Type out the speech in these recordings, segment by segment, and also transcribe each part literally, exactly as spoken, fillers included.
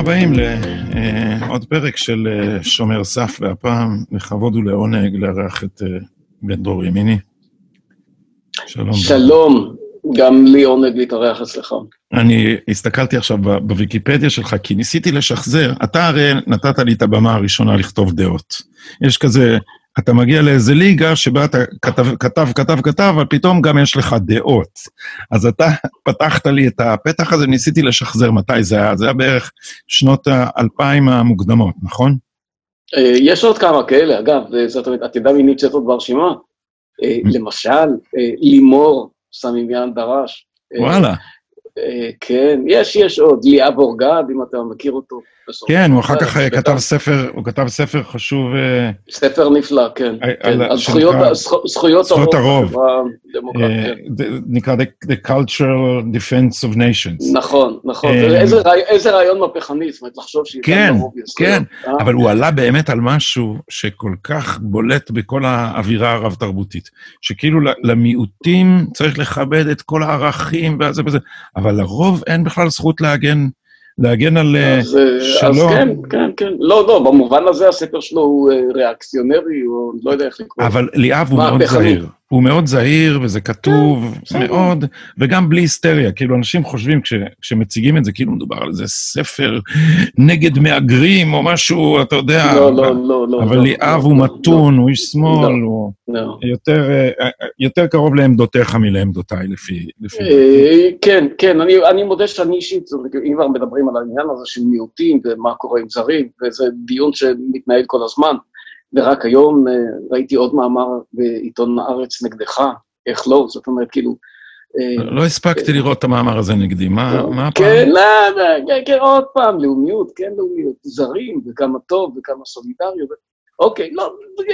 הבאים לעוד פרק של שומר סף, והפעם לכבוד ולעונג לארח את בן דרור ימיני. שלום. שלום, גם לי עונג להתארח אצלך. אני הסתכלתי עכשיו בוויקיפדיה שלך, כי ניסיתי לשחזר, אתה הרי נתת לי את הבמה הראשונה לכתוב דעות. יש כזה, אתה מגיע לאיזה ליגה שבה אתה כתב, כתב, כתב, כתב, אבל פתאום גם יש לך דעות. אז אתה פתחת לי את הפתח הזה, ניסיתי לשחזר מתי זה היה, זה היה בערך שנות האלפיים המוקדמות, נכון? יש עוד כמה כאלה, אגב, זאת אומרת, אתה יודע מי נמצאת עוד ברשימה? למשל, לימור סמימיאן דרש. וואלה. כן, יש, יש עוד, ליאב אורגד, אם אתה מכיר אותו. כן, הוא אחר כך כתב ספר, הוא כתב ספר חשוב... ספר נפלא, כן. על זכויות הרוב. נקרא The Cultural Defense of Nations. נכון, נכון. איזה רעיון מהפכני, זאת אומרת, לחשוב שהיא... כן, כן, אבל הוא עלה באמת על משהו שכל כך בולט בכל האווירה הרב-תרבותית, שכאילו למיעוטים צריך לכבד את כל הערכים וזה וזה, אבל לרוב אין בכלל זכות להגן, להגן על שלום. אז כן, כן, כן. לא, לא, במובן הזה הספר שלו הוא ריאקציונרי, הוא לא יודע איך לקרוא. אבל ליאב הוא מאוד זהיר. הוא מאוד זהיר, וזה כתוב מאוד, וגם בלי היסטריה. כאילו, אנשים חושבים, כשמציגים את זה, כאילו מדובר על איזה ספר נגד מאגרים, או משהו, אתה יודע. לא, לא, לא, לא. אבל ליאב הוא מתון, הוא איש שמאל, הוא יותר קרוב לעמדותיך מלעמדותיי, לפי... כן, כן, אני מודה שאני אישית, אם כבר מדברים על העניין הזה של מיעוטים, ומה קורה עם זרים, וזה דיון שמתנהל כל הזמן, ורק היום ראיתי עוד מאמר בעיתון הארץ נגדך, איך לא, זאת אומרת, כאילו... לא הספקתי לראות את המאמר הזה נגדי, מה הפעם? כן, לא, כן, עוד פעם, לאומיות, כן, לאומיות, זרים, וכמה טוב, וכמה סולידריות, אוקיי, לא,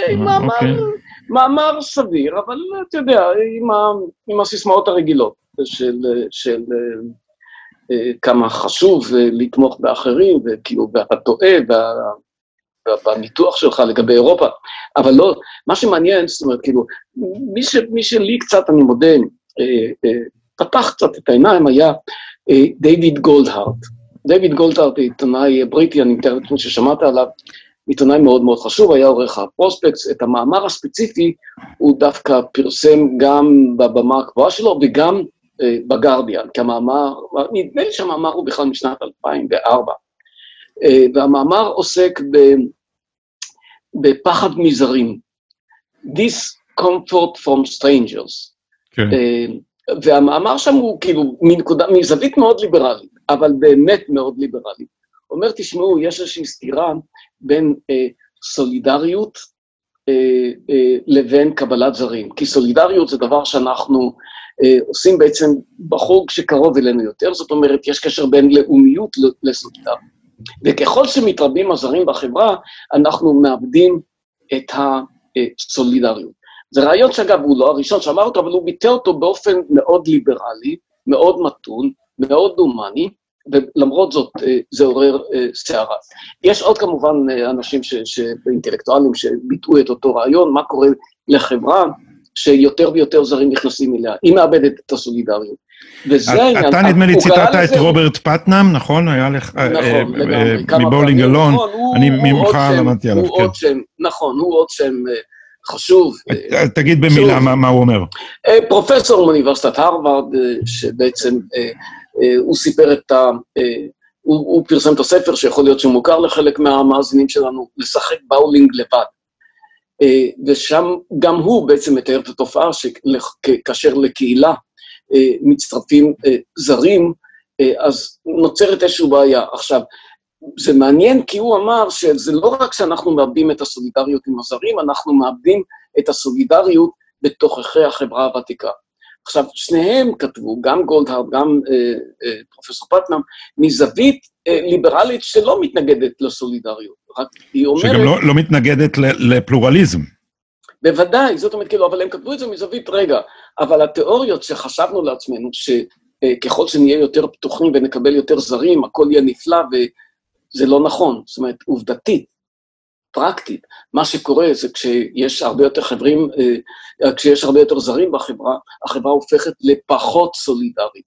מאמר סביר, אבל אתה יודע, עם הסיסמאות הרגילות, של כמה חשוב לתמוך באחרים, וכאילו, ואתה טועה, בניתוח שלך לגבי אירופה, אבל לא, מה שמעניין, זאת אומרת, כאילו, מי, ש, מי שלי קצת, אני מודה, אה, אה, פתח קצת את העיניים, היה אה, דיוויד גולדהארט. דיוויד גולדהארט, עיתונאי בריטי, אני מתאר את מי ששמעת עליו, עיתונאי מאוד מאוד חשוב, היה עורך הפרוספקטס, את המאמר הספציפי, הוא דווקא פרסם גם בבמה הקבועה שלו, וגם אה, בגרדיאן, כי המאמר, נדמה לי שהמאמר הוא בכלל משנת אלפיים וארבע, והמאמר עוסק בפחד מזרים. Discomfort from strangers. כן. והמאמר שם הוא כאילו מנקודה, מזווית מאוד ליברלית, אבל באמת מאוד ליברלית. אומר, תשמעו, יש איזושהי סתירה בין אה, סולידריות אה, אה, לבין קבלת זרים. כי סולידריות זה דבר שאנחנו אה, עושים בעצם בחוג שקרוב אלינו יותר, זאת אומרת, יש קשר בין לאומיות לסולידריות. וככל שמתרבים הזרים בחברה, אנחנו מאבדים את הסולידריות. זה רעיון שאגב, הוא לא הראשון שאמר אותו, אבל הוא ביטא אותו באופן מאוד ליברלי, מאוד מתון, מאוד הומני, ולמרות זאת זה עורר שערה. יש עוד כמובן אנשים אינטלקטואלים שביטאו את אותו רעיון, מה קורה לחברה שיותר ויותר זרים נכנסים אליה, היא מאבדת את הסולידריות. אתה נדמה לי ציטטת את רוברט פטנאם, נכון? היה לך מבולינג אלון, אני ממך למדתי עליו. נכון, הוא עוד שם חשוב. תגיד במילה מה הוא אומר. פרופסור מאוניברסיטת הרווארד, שבעצם הוא סיפר את ה... הוא פרסם את הספר שיכול להיות שמוכר לחלק מהמאזינים שלנו, לשחק באולינג לבד. ושם גם הוא בעצם מתאר את התופעה שכאשר לקהילה מצטרפים זרים, אז נוצרת איזושהי בעיה. עכשיו, זה מעניין כי הוא אמר שזה לא רק שאנחנו מאבדים את הסולידריות עם הזרים, אנחנו מאבדים את הסולידריות בתוככי החברה הוותיקה. עכשיו, שניהם כתבו, גם גולדהארט, גם אה, אה, פרופסור פטנאם, מזווית אה, ליברלית שלא מתנגדת לסולידריות. רק היא אומרת... שגם לא, לא מתנגדת לפלורליזם. בוודאי, זאת אומרת, כאילו, אבל הם כתבו את זה מזווית רגע, אבל התיאוריות שחשבנו לעצמנו, שככל שנהיה יותר פתוחים ונקבל יותר זרים, הכל יהיה נפלא, וזה לא נכון. זאת אומרת, עובדתית, פרקטית, מה שקורה זה כשיש הרבה יותר חברים, כשיש הרבה יותר זרים בחברה, החברה הופכת לפחות סולידרית.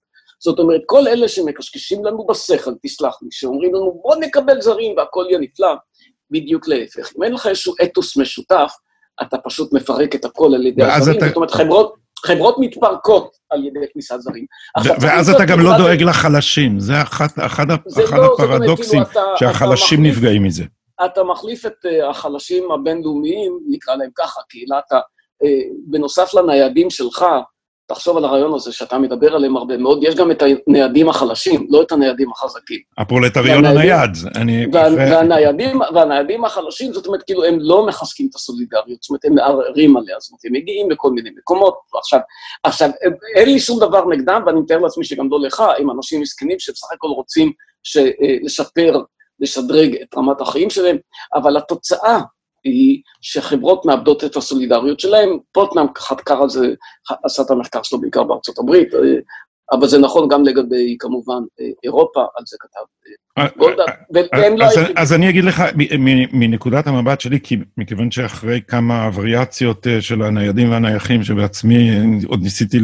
זאת אומרת, כל אלה שמקשקשים לנו בשכל, תסלח לי, שאומרים לנו, בוא נקבל זרים והכל יהיה נפלא, בדיוק להפך. אם אין לך איזשהו אתוס משותף, אתה פשוט מפרק את הכל על ידי הזרים, אתה... זאת אומרת, חברות, חברות מתפרקות על ידי כניסת זרים. ואז אתה גם לא דואג לחלשים, זה אחד, אחד, אחד לא, הפרדוקסים, אומרת, כאילו, שהחלשים אתה נפגעים מחליף, מזה. אתה מחליף את uh, החלשים הבינלאומיים, נקרא להם ככה, קהילת ה... Uh, בנוסף לניידים שלך, תחשוב על הרעיון הזה שאתה מדבר עליהם הרבה מאוד, יש גם את הניידים החלשים, לא את הניידים החזקים. הפרולטריון הנייד. והניידים, והניידים החלשים, זאת אומרת, כאילו, הם לא מחזקים את הסולידריות, זאת אומרת, הם מערערים עליה, זאת אומרת, הם מגיעים לכל מיני מקומות, ועכשיו, עכשיו, אין לי שום דבר נגדם, ואני מתאר לעצמי שגם לא לך, עם אנשים מסכנים שבסך הכל רוצים לשפר, לשדרג את רמת החיים שלהם, אבל התוצאה, היא שחברות מאבדות את הסולידריות שלהם, פוטנאם חקר על זה, עשה את המחקר שלו בעיקר בארצות הברית, אבל זה נכון גם לגבי, כמובן, אירופה, על זה כתב גולדה, והם לא... אז אני אגיד לך, מנקודת המבט שלי, כי מכיוון שאחרי כמה וריאציות של הניידים והנייחים, שבעצמי עוד ניסיתי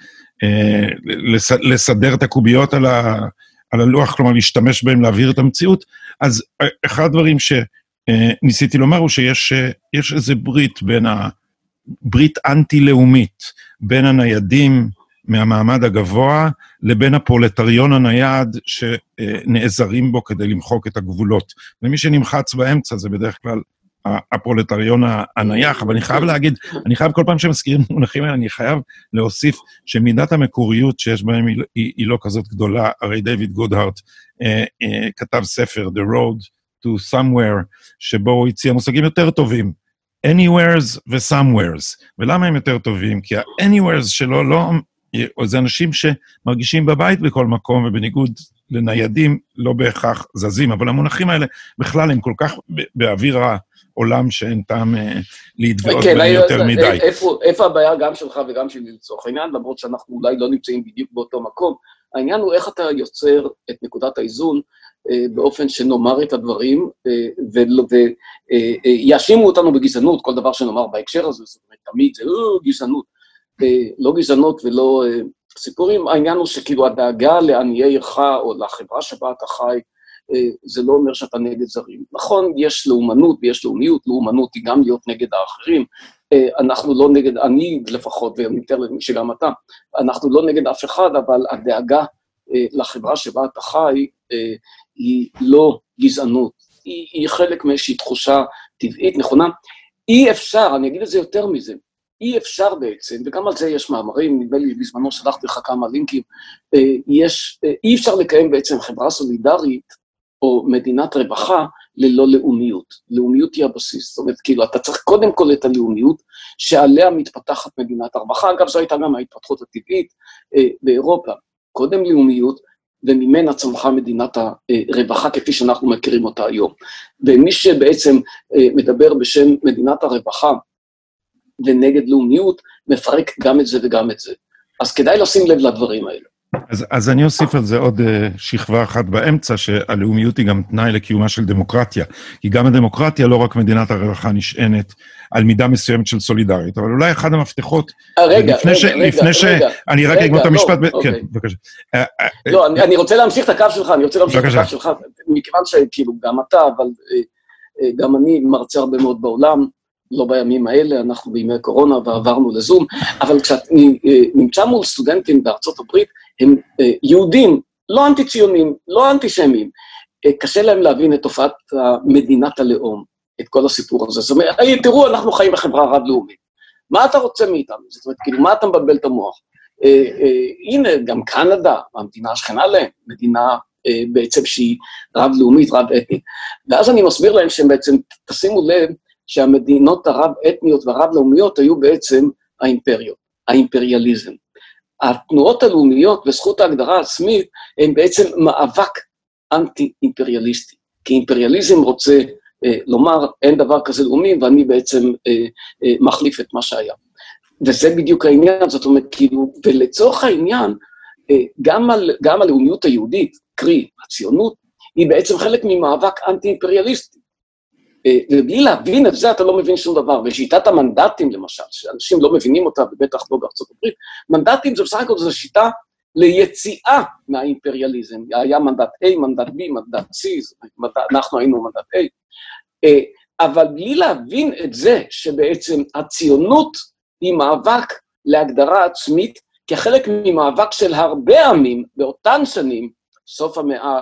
לסדר את הקוביות על הלוח, כלומר להשתמש בהם, להעביר את המציאות, אז אחד הדברים ש... ניסיתי לומר הוא שיש יש איזה ברית בין ה... ברית אנטי-לאומית, בין הניידים מהמעמד הגבוה, לבין הפרולטריון הנייד שנעזרים בו כדי למחוק את הגבולות. ומי שנמחץ באמצע זה בדרך כלל הפרולטריון הנייח, אבל אני חייב להגיד, אני חייב כל פעם שמזכירים מונחים האלה, אני חייב להוסיף שמידת המקוריות שיש בהם היא, היא, היא לא כזאת גדולה, הרי דיוויד גודהארט אה, אה, כתב ספר, The Road to Somewhere, שבו הוא הציע מושגים יותר טובים, anywheres ו-somewheres. ולמה הם יותר טובים? כי ה-anywheres שלו לא, זה אנשים שמרגישים בבית בכל מקום, ובניגוד לניידים לא בהכרח זזים, אבל המונחים האלה בכלל הם כל כך באוויר העולם שאין טעם להתגאות בהם יותר מדי. איפה הבעיה גם שלך וגם שלי לצורך העניין, למרות שאנחנו אולי לא נמצאים בדיוק באותו מקום, העניין הוא איך אתה יוצר את נקודת האיזון, באופן שנאמר את הדברים, ויאשימו אותנו בגזענות, כל דבר שנאמר בהקשר הזה, זאת אומרת, תמיד זה גזענות, לא גזענות ולא סיפורים, העניין הוא שכאילו הדאגה לעניי עירך, או לחברה שבה אתה חי, זה לא אומר שאתה נגד זרים. נכון, יש לאומנות ויש לאומיות, לאומנות היא גם להיות נגד האחרים, אנחנו לא נגד, אני לפחות, ואני מתאר למי שגם אתה, אנחנו לא נגד אף אחד, אבל הדאגה לחברה שבה אתה חי, היא לא גזענות, היא, היא חלק מאיזושהי תחושה טבעית, נכונה. אי אפשר, אני אגיד את זה יותר מזה, אי אפשר בעצם, וגם על זה יש מאמרים, נדמה לי בזמנו שלחתי לך כמה לינקים, יש, אי אפשר לקיים בעצם חברה סולידרית, או מדינת רווחה, ללא לאומיות. לאומיות היא הבסיס, זאת אומרת, כאילו, אתה צריך קודם כל את הלאומיות, שעליה מתפתחת מדינת הרווחה, אגב, זו הייתה גם ההתפתחות הטבעית באירופה, קודם לאומיות, וממנה צמחה מדינת הרווחה, כפי שאנחנו מכירים אותה היום. ומי שבעצם מדבר בשם מדינת הרווחה, ונגד לאומיות, מפרק גם את זה וגם את זה. אז כדאי לשים לב לדברים האלה. אז, אז אני אוסיף על זה עוד uh, שכבה אחת באמצע, שהלאומיות היא גם תנאי לקיומה של דמוקרטיה, כי גם הדמוקרטיה, לא רק מדינת הרווחה נשענת על מידה מסוימת של סולידריות, אבל אולי אחד המפתחות, רגע, לפני רגע, ש, רגע, לפני ש, רגע, אני רק אגמור את המשפט, לא, כן, אוקיי. בבקשה. לא, אני, אני רוצה להמשיך את הקו שלך, אני רוצה להמשיך בבקשה. את הקו שלך, מכיוון שכאילו גם אתה, אבל גם אני מרצה הרבה מאוד בעולם, לא בימים האלה, אנחנו בימי קורונה ועברנו לזום, אבל כשאני נמצא מול סטודנטים בארצות הברית, הם יהודים, לא אנטי-ציונים, לא אנטישמים, קשה להם להבין את תופעת מדינת הלאום, את כל הסיפור הזה. זאת אומרת, תראו, אנחנו חיים בחברה רב-לאומית. מה אתה רוצה מאיתנו? זאת אומרת, כאילו, מה אתה מבלבל את המוח? הנה, גם קנדה, המדינה השכנה להם, מדינה בעצם שהיא רב-לאומית, רב-אתנית. ואז אני מסביר להם שהם בעצם, תשימו לב, שהמדינות הרב-אתניות והרב-לאומיות היו בעצם האימפריות, האימפריאליזם. התנועות הלאומיות וזכות ההגדרה העצמית הם בעצם מאבק אנטי-אימפריאליסטי, כי אימפריאליזם רוצה אה, לומר אין דבר כזה לאומי ואני בעצם אה, אה, מחליף את מה שהיה. וזה בדיוק העניין, זאת אומרת כאילו, ולצורך העניין, אה, גם, על, גם הלאומיות היהודית, קרי הציונות, היא בעצם חלק ממאבק אנטי-אימפריאליסטי. ובלי להבין את זה אתה לא מבין שום דבר, ושיטת המנדטים למשל, שאנשים לא מבינים אותה, ובטח לא בארצות הברית, מנדטים זה בסך הכל זו שיטה ליציאה מהאימפריאליזם. היה מנדט A, מנדט B, מנדט C, אנחנו היינו מנדט A, אבל בלי להבין את זה שבעצם הציונות היא מאבק להגדרה עצמית, כחלק ממאבק של הרבה עמים באותן שנים, סוף המאה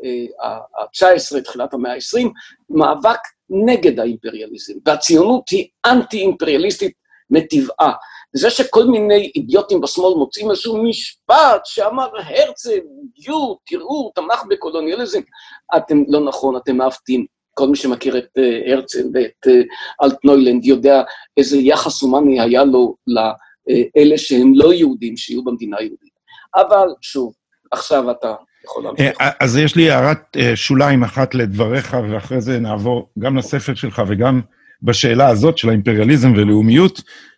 ה-תשע עשרה, תחילת המאה ה-עשרים, מאבק נגד האימפריאליזם, והציונות היא אנטי-אימפריאליסטית מטבעה. זה שכל מיני אידיוטים בשמאל מוצאים איזשהו משפט שאמר הרצל, יו, תראו, תמך בקולוניאליזם, אתם לא נכון, אתם מעוותים. כל מי שמכיר את uh, הרצל ואת uh, אלטנוילנד יודע איזה יחס הומני היה לו לאלה שהם לא יהודים, שיהיו במדינה היהודית. אבל שוב, עכשיו אתה יכול להמשיך. אז יש לי הערת שוליים אחת לדבריך, ואחרי זה נעבור גם לספר שלך וגם בשאלה הזאת של האימפריאליזם ולאומיות,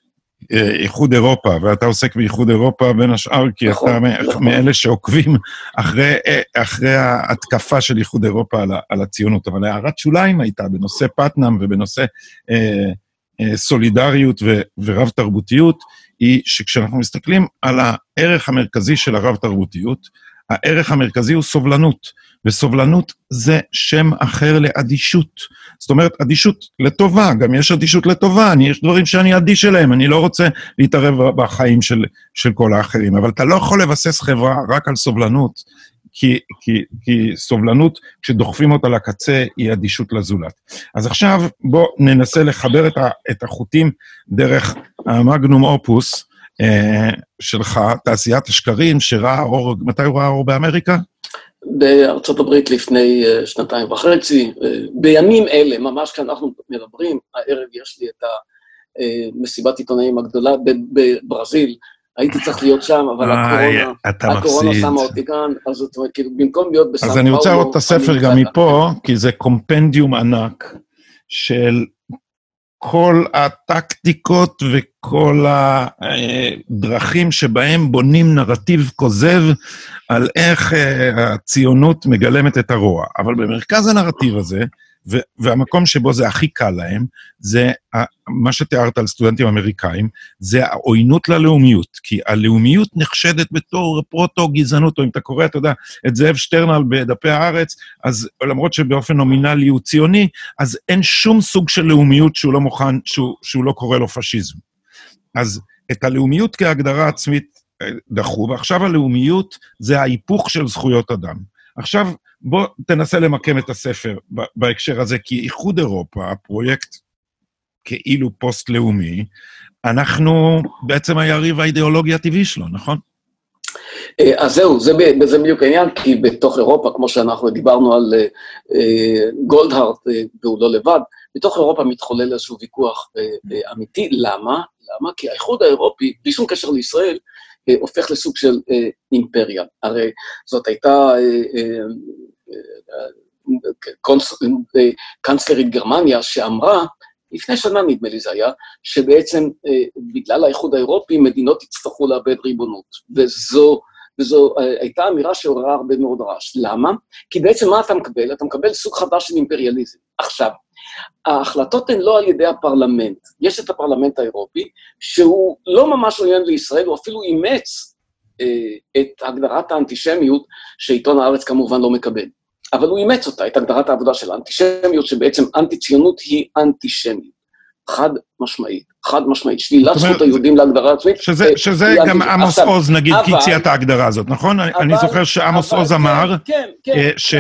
איחוד אירופה, ואתה עוסק באיחוד אירופה בין השאר, כי נכון, אתה נכון. מאלה שעוקבים אחרי, אחרי ההתקפה של איחוד אירופה על, על הציונות, אבל הערת שוליים הייתה בנושא פטנאם ובנושא אה, אה, סולידריות ו, ורב תרבותיות, היא שכשאנחנו מסתכלים על הערך המרכזי של הרב תרבותיות, הערך המרכזי הוא סובלנות, וסובלנות זה שם אחר לאדישות. זאת אומרת, אדישות לטובה, גם יש אדישות לטובה, אני, יש דברים שאני אדיש אליהם, אני לא רוצה להתערב בחיים של, של כל האחרים, אבל אתה לא יכול לבסס חברה רק על סובלנות, כי, כי, כי סובלנות, כשדוחפים אותה לקצה, היא אדישות לזולת. אז עכשיו בוא ננסה לחבר את, ה, את החוטים דרך המגנום אופוס, שלך, תעשיית השקרים, שראה אור, מתי הוא ראה אור באמריקה? בארצות הברית לפני שנתיים וחצי, בימים אלה, ממש כאנחנו מדברים, הערב יש לי את המסיבת עיתונאים הגדולה בברזיל, הייתי צריך להיות שם, אבל הקורונה, הקורונה שמה אותי כאן, אז זאת אומרת, כאילו, במקום להיות בסן פאולו... אז אני רוצה לראות את הספר גם מפה, כי זה קומפנדיום ענק של כל הטקטיקות וכל הדרכים שבהם בונים נרטיב כוזב על איך הציונות מגלמת את הרוע. אבל במרכז הנרטיב הזה, והמקום שבו זה הכי קל להם, זה מה שתיארת על סטודנטים אמריקאים, זה העוינות ללאומיות, כי הלאומיות נחשדת בתור פרוטו-גזענות, או אם אתה קורא, אתה יודע, את זאב שטרנל בדפי הארץ, אז למרות שבאופן נומינלי הוא ציוני, אז אין שום סוג של לאומיות שהוא לא מוכן, שהוא, שהוא לא קורא לו פשיזם. אז את הלאומיות כהגדרה עצמית דחו, ועכשיו הלאומיות זה ההיפוך של זכויות אדם. עכשיו, בוא תנסה למקם את הספר בהקשר הזה, כי איחוד אירופה, הפרויקט כאילו פוסט-לאומי, אנחנו בעצם היריב האידיאולוגי הטבעי שלו, נכון? אז זהו, זה, זה בדיוק העניין, כי בתוך אירופה, כמו שאנחנו דיברנו על גולדהארט, והוא לא לבד, בתוך אירופה מתחולל איזשהו ויכוח אמיתי. למה? למה? כי האיחוד האירופי, בלי שום קשר לישראל, הופך לסוג של אימפריה. הרי זאת הייתה קנצלרית גרמניה שאמרה, לפני שנה נדמה לי זה היה, שבעצם בגלל האיחוד האירופי מדינות יצטרכו לאבד ריבונות. וזו, וזו הייתה אמירה שעוררה הרבה מאוד רעש. למה? כי בעצם מה אתה מקבל? אתה מקבל סוג חדש של אימפריאליזם. עכשיו, ההחלטות הן לא על ידי הפרלמנט. יש את הפרלמנט האירופי, שהוא לא ממש עוין לישראל, הוא אפילו אימץ אה, את הגדרת האנטישמיות, שעיתון הארץ כמובן לא מקבל. אבל הוא אימץ אותה, את הגדרת העבודה של האנטישמיות, שבעצם אנטי-ציונות היא אנטישמיות. חד משמעית, חד משמעית, שלילת זכות היהודים להגדרה עצמית. שזה, שזה גם עמוס עוז, נגיד, כי הציע את ההגדרה הזאת, נכון? אני זוכר שעמוס עוז אמר... כן, כן, כן,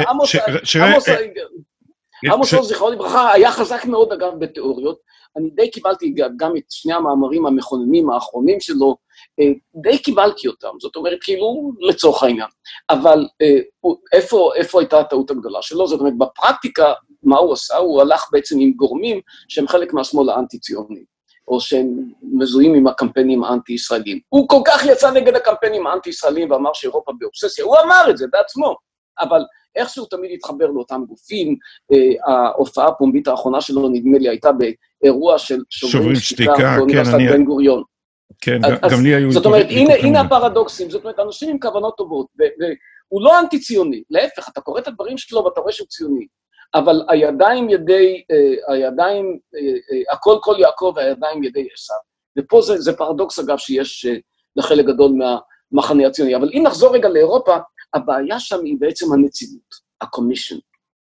עמוס עוז, זכרו לברכה, היה חזק מאוד, אגב, בתיאוריות. אני די קיבלתי גם את שני המאמרים המכוננים האחרונים שלו, די קיבלתי אותם, זאת אומרת, כאילו, לצורך העניין. אבל איפה, איפה הייתה הטעות הגדולה שלו? זאת אומרת, בפרקטיקה, מה הוא עשה? הוא הלך בעצם עם גורמים שהם חלק מהשמאל האנטי-ציוני, או שהם מזוהים עם הקמפיינים האנטי-ישראלים. הוא כל כך יצא נגד הקמפיינים האנטי-ישראלים ואמר שאירופה באובססיה, הוא אמר את זה בעצמו, אבל איכשהו תמיד התחבר לאותם גופים, ההופעה הפומבית האחרונה שלו, נדמה לי, הייתה באירוע של שוברים שתיקה, באוניברסיטת בן גוריון. כן, גם לי היו... זאת אומרת, הנה הפרדוקסים, זאת אומרת, אנשים עם כוונות טובות, והוא לא אנטי-ציוני, להפך, אתה קורא את הדברים שלו ואתה רואה שהוא ציוני, אבל הידיים ידי, הידיים, הכל כל יעקב והידיים ידי עשיו. ופה זה, זה פרדוקס, אגב, שיש לחלק גדול מה, המחנה הציוני. אבל אם נחזור רגע לאירופה, הבעיה שם היא בעצם הנציבות, הקומישן.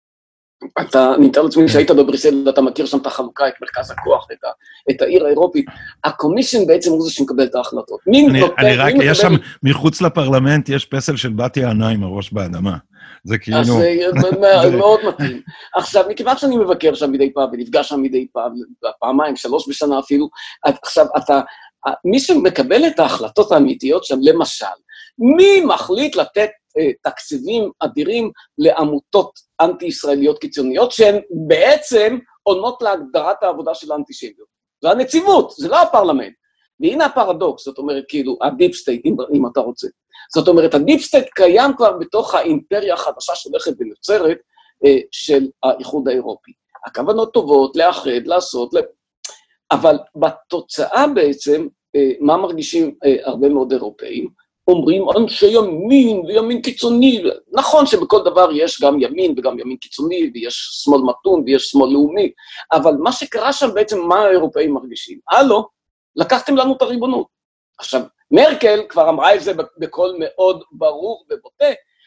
אתה, אני מתאר לעצמי שהיית בבריסל, אתה מכיר שם את החלוקה, את מרכז הכוח, את, ה, את העיר האירופית. הקומישן בעצם הוא זה שמקבל את ההחלטות. אני, אני רק, יש שם, מחוץ לפרלמנט, יש פסל של בת יענה עם הראש באדמה. זה כאילו... אז זה מאוד מתאים. עכשיו, מכיוון שאני מבקר שם מדי פעם, ונפגש שם מדי פעם, פעמיים, שלוש בשנה אפילו, עכשיו, אתה, מי שמקבל את ההחלטות האמיתיות שם, למשל, מי מחליט לתת תקציבים אדירים לעמותות אנטי-ישראליות קיצוניות, שהן בעצם עונות להגדרת העבודה של האנטישמיות. זה הנציבות, זה לא הפרלמנט. והנה הפרדוקס, זאת אומרת, כאילו, הדיפ סטייט, אם, אם אתה רוצה. זאת אומרת, הדיפ סטייט קיים כבר בתוך האימפריה החדשה שהולכת ונוצרת אה, של האיחוד האירופי. הכוונות טובות, לאחד, לעשות, לה... אבל בתוצאה בעצם, אה, מה מרגישים אה, הרבה מאוד אירופאים? אומרים אנשי ימין וימין קיצוני. נכון שבכל דבר יש גם ימין וגם ימין קיצוני, ויש שמאל מתון ויש שמאל לאומי, אבל מה שקרה שם בעצם, מה האירופאים מרגישים? הלו, לקחתם לנו את הריבונות. עכשיו, מרקל כבר אמרה את זה בקול מאוד ברור ובוטה,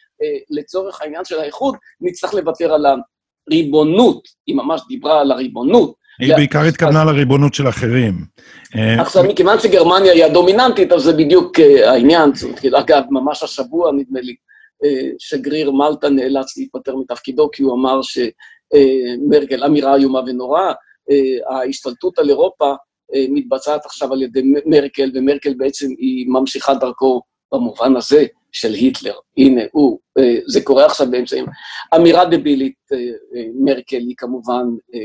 לצורך העניין של האיחוד, נצטרך לוותר על הריבונות, היא ממש דיברה על הריבונות, היא בעיקר התכוונה לריבונות של אחרים. עכשיו, מכיוון שגרמניה היא הדומיננטית, אז זה בדיוק העניין, אגב, ממש השבוע נדמה לי, שגריר מלטה נאלץ להתפטר מתפקידו, כי הוא אמר שמרקל אמירה איומה ונוראה, ההשתלטות על אירופה מתבצעת עכשיו על ידי מרקל, ומרקל בעצם היא ממשיכה דרכו במובן הזה של היטלר. הנה, הוא, זה קורה עכשיו באמצעים. אמירה דבילית, מרקל היא כמובן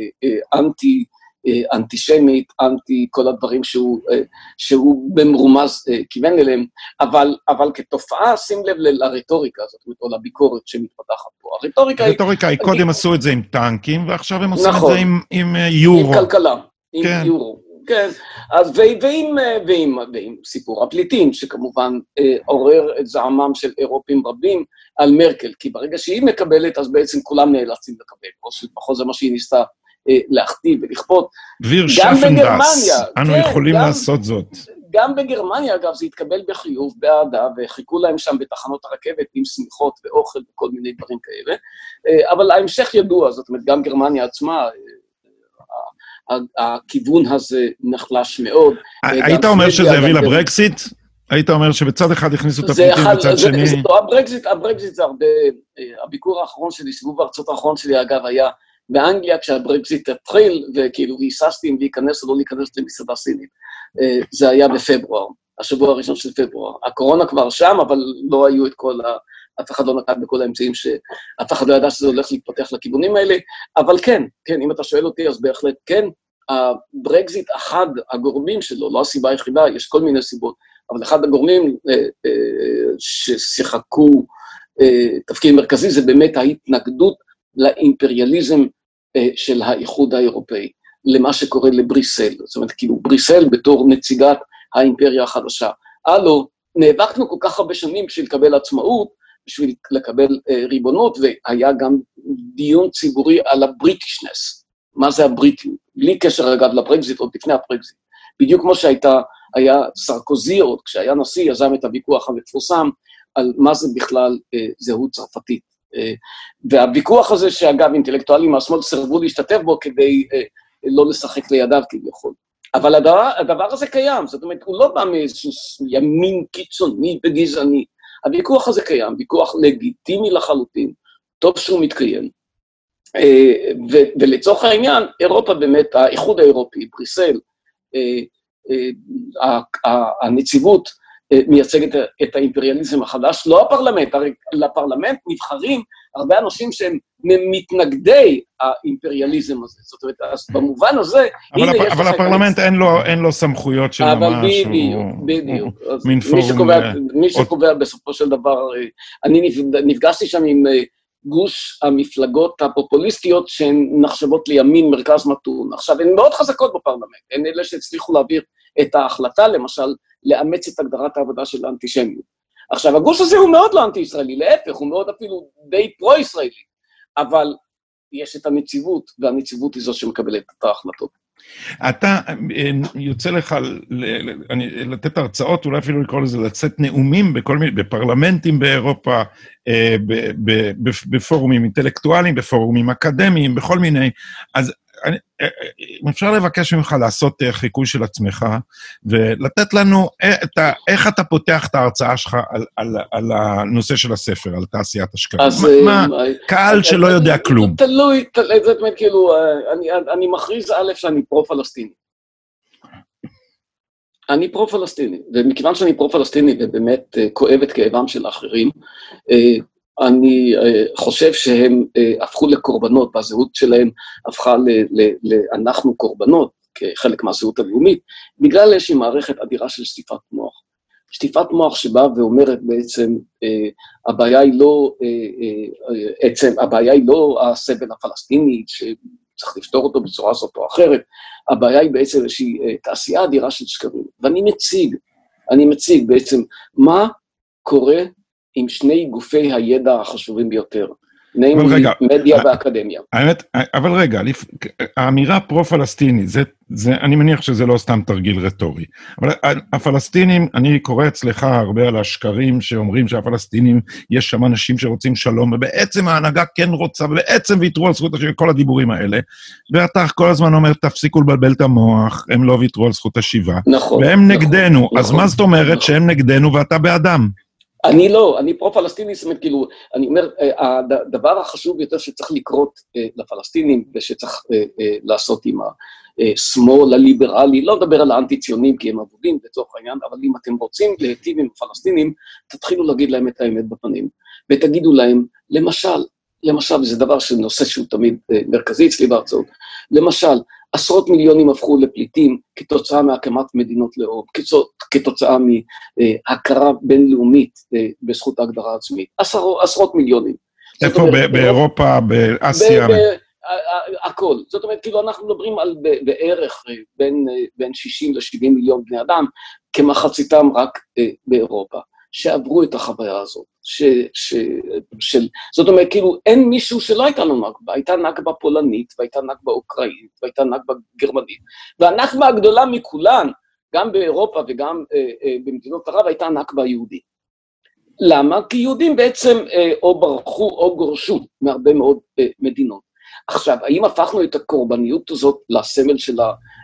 אנטי, אנטישמית, אנטי כל הדברים שהוא, שהוא במרומז כיוון אליהם, אבל, אבל כתופעה, שים לב לרטוריקה הזאת, או לביקורת שמתפתחת פה. הרטוריקה, הרטוריקה היא, קודם עשו את זה עם טנקים, ועכשיו הם עושים את זה עם, עם יורו. עם כלכלה, עם יורו. כן, אז ועם, ועם, ועם סיפור הפליטים, שכמובן עורר את זעמם של אירופים רבים על מרקל, כי ברגע שהיא מקבלת, אז בעצם כולם נאלצים לקבל, או שלפחות זה מה שהיא ניסתה להכתיב ולכפות. ויר שפנדס, אנו כן, יכולים גם, לעשות זאת. גם בגרמניה, אגב, זה התקבל בחיוב, באהדה, וחיכו להם שם בתחנות הרכבת עם שמחות ואוכל וכל מיני דברים כאלה, אבל ההמשך ידוע, זאת אומרת, גם גרמניה עצמה, הכיוון הזה נחלש מאוד. היית אומר שזה הביא לברקסיט? היית אומר שבצד אחד הכניסו את הפליטים בצד שני? הברקסיט, הברקסיט זה הרבה, הביקור האחרון שלי, סיבוב הארצות האחרון שלי, אגב, היה באנגליה, כשהברקסיט התחיל, וכאילו היססתי אם להיכנס או לא להיכנס למסעדה סינית. זה היה בפברואר, השבוע הראשון של פברואר. הקורונה כבר שם, אבל לא היו את כל ה... אף אחד לא נקט בכל האמצעים שאף אחד לא ידע שזה הולך להתפתח לכיוונים האלה, אבל כן, כן, אם אתה שואל אותי, אז בהחלט כן, הברקזיט, אחד הגורמים שלו, לא הסיבה היחידה, יש כל מיני סיבות, אבל אחד הגורמים אה, אה, ששיחקו אה, תפקיד מרכזי, זה באמת ההתנגדות לאימפריאליזם אה, של האיחוד האירופאי, למה שקורה לבריסל, זאת אומרת, כאילו, בריסל בתור נציגת האימפריה החדשה. הלו, נאבקנו כל כך הרבה שנים בשביל לקבל עצמאות, בשביל לקבל אה, ריבונות, והיה גם דיון ציבורי על הבריטישנס. מה זה הבריטיות? בלי קשר אגב לברקזיט, עוד לפני הברקזיט. בדיוק כמו שהייתה, היה סרקוזי עוד, כשהיה נשיא, יזם את הוויכוח המפורסם, על מה זה בכלל אה, זהות צרפתית. אה, והוויכוח הזה, שאגב, אינטלקטואלים מהשמאל סרבו להשתתף בו, כדי אה, לא לשחק לידיו כביכול. אבל הדבר, הדבר הזה קיים, זאת אומרת, הוא לא בא מאיזשהו ימין קיצוני וגזעני. הוויכוח הזה קיים, ויכוח לגיטימי לחלוטין, טוב שהוא מתקיים. ו- ולצורך העניין, אירופה באמת, האיחוד האירופי, בריסל, הנציבות מייצגת את האימפריאליזם החדש, לא הפרלמנט, הרי לפרלמנט נבחרים הרבה אנשים שהם מתנגדי האימפריאליזם הזה, זאת אומרת, אז במובן הזה... אבל, הפ... אבל הפרלמנט אין לו, אין לו סמכויות של ממש, אבל בדיוק, בדיוק. מי שקובע, מי שקובע בסופו של דבר, אני נפגשתי שם עם גוש המפלגות הפופוליסטיות שהן נחשבות לימין מרכז מתון, עכשיו הן מאוד חזקות בפרלמנט, הן אלה שהצליחו להעביר את ההחלטה, למשל, לאמץ את הגדרת העבודה של האנטישמיות. עכשיו, הגוש הזה הוא מאוד לא אנטי-ישראלי, להפך, הוא מאוד אפילו די פרו-ישראלי, אבל יש את הנציבות, והנציבות היא זו שמקבלת את ההחלטות. אתה, יוצא לך לתת הרצאות, אולי אפילו לקרוא לזה, לצאת נאומים בכל מיני, בפרלמנטים באירופה, בפורומים אינטלקטואליים, בפורומים אקדמיים, בכל מיני, אז אפשר לבקש ממך לעשות חיקוי של עצמך, ולתת לנו איך אתה פותח את ההרצאה שלך על הנושא של הספר, על תעשיית השקרים. מה, קהל שלא יודע כלום. תלוי, זאת אומרת, כאילו, אני מכריז א' שאני פרו-פלסטיני. אני פרו-פלסטיני, ומכיוון שאני פרו-פלסטיני, ובאמת כואב את כאבם של האחרים, אני חושב שהם הפכו לקורבנות, והזהות שלהם הפכה לאנחנו קורבנות, כחלק מהזהות הלאומית, בגלל איזושהי מערכת אדירה של שטיפת מוח. שטיפת מוח שבאה ואומרת בעצם, הבעיה היא לא, עצם, הבעיה היא לא הסבל הפלסטיני, שצריך לפתור אותו בצורה זאת או אחרת, הבעיה היא בעצם איזושהי תעשייה אדירה של שקרים. ואני מציג, אני מציג בעצם מה קורה עם שני גופי הידע החשובים ביותר, נמלי מדיה ואקדמיה. האמת, אבל רגע, האמירה פרו-פלסטיני, זה, זה, אני מניח שזה לא סתם תרגיל רטורי, אבל הפלסטינים, אני קורא אצלך הרבה על השקרים שאומרים שהפלסטינים, יש שם אנשים שרוצים שלום, ובעצם ההנהגה כן רוצה, ובעצם ויתרו על זכות השיבה, כל הדיבורים האלה, ואתה כל הזמן אומר, תפסיקו לבלבל את המוח, הם לא ויתרו על זכות השיבה, נכון, והם נגדנו, נכון, אז מה זאת אומרת נכון. שהם נגדנו ואתה בעדם? אני לא, אני פרו-פלסטיני, זאת אומרת, כאילו, אני אומר, הדבר החשוב ביותר שצריך לקרות לפלסטינים, ושצריך לעשות עם השמאל הליברלי, לא לדבר על האנטי-ציונים, כי הם עבודים לצורך העניין, אבל אם אתם רוצים להיטיב עם הפלסטינים, תתחילו להגיד להם את האמת בפנים, ותגידו להם, למשל, למשל, זה דבר שנושא שהוא תמיד מרכזי אצלי בהרצאות, למשל, עשרות מיליונים הפכו לפליטים כתוצאה מהקמת מדינות לאום, כתוצאה מהכרה בינלאומית בזכות ההגדרה העצמית. עשרות, עשרות מיליונים. איפה באירופה, באסיה? הכל. זאת אומרת, כאילו אנחנו מדברים על בערך בין שישים ל-שבעים מיליון בני אדם, כמחציתם רק באירופה, שעברו את החוויה הזאת. ש, ש, של, זאת אומרת, כאילו, אין מישהו שלא הייתה לו נגבה, הייתה נגבה פולנית, והייתה נגבה אוקראינית, והייתה נגבה גרמנית, והנגבה הגדולה מכולן, גם באירופה וגם אה, אה, במדינות ערב, הייתה נגבה יהודית. למה? כי יהודים בעצם אה, או ברחו או גורשו מהרבה מאוד אה, מדינות. עכשיו, האם הפכנו את הקורבניות הזאת לסמל של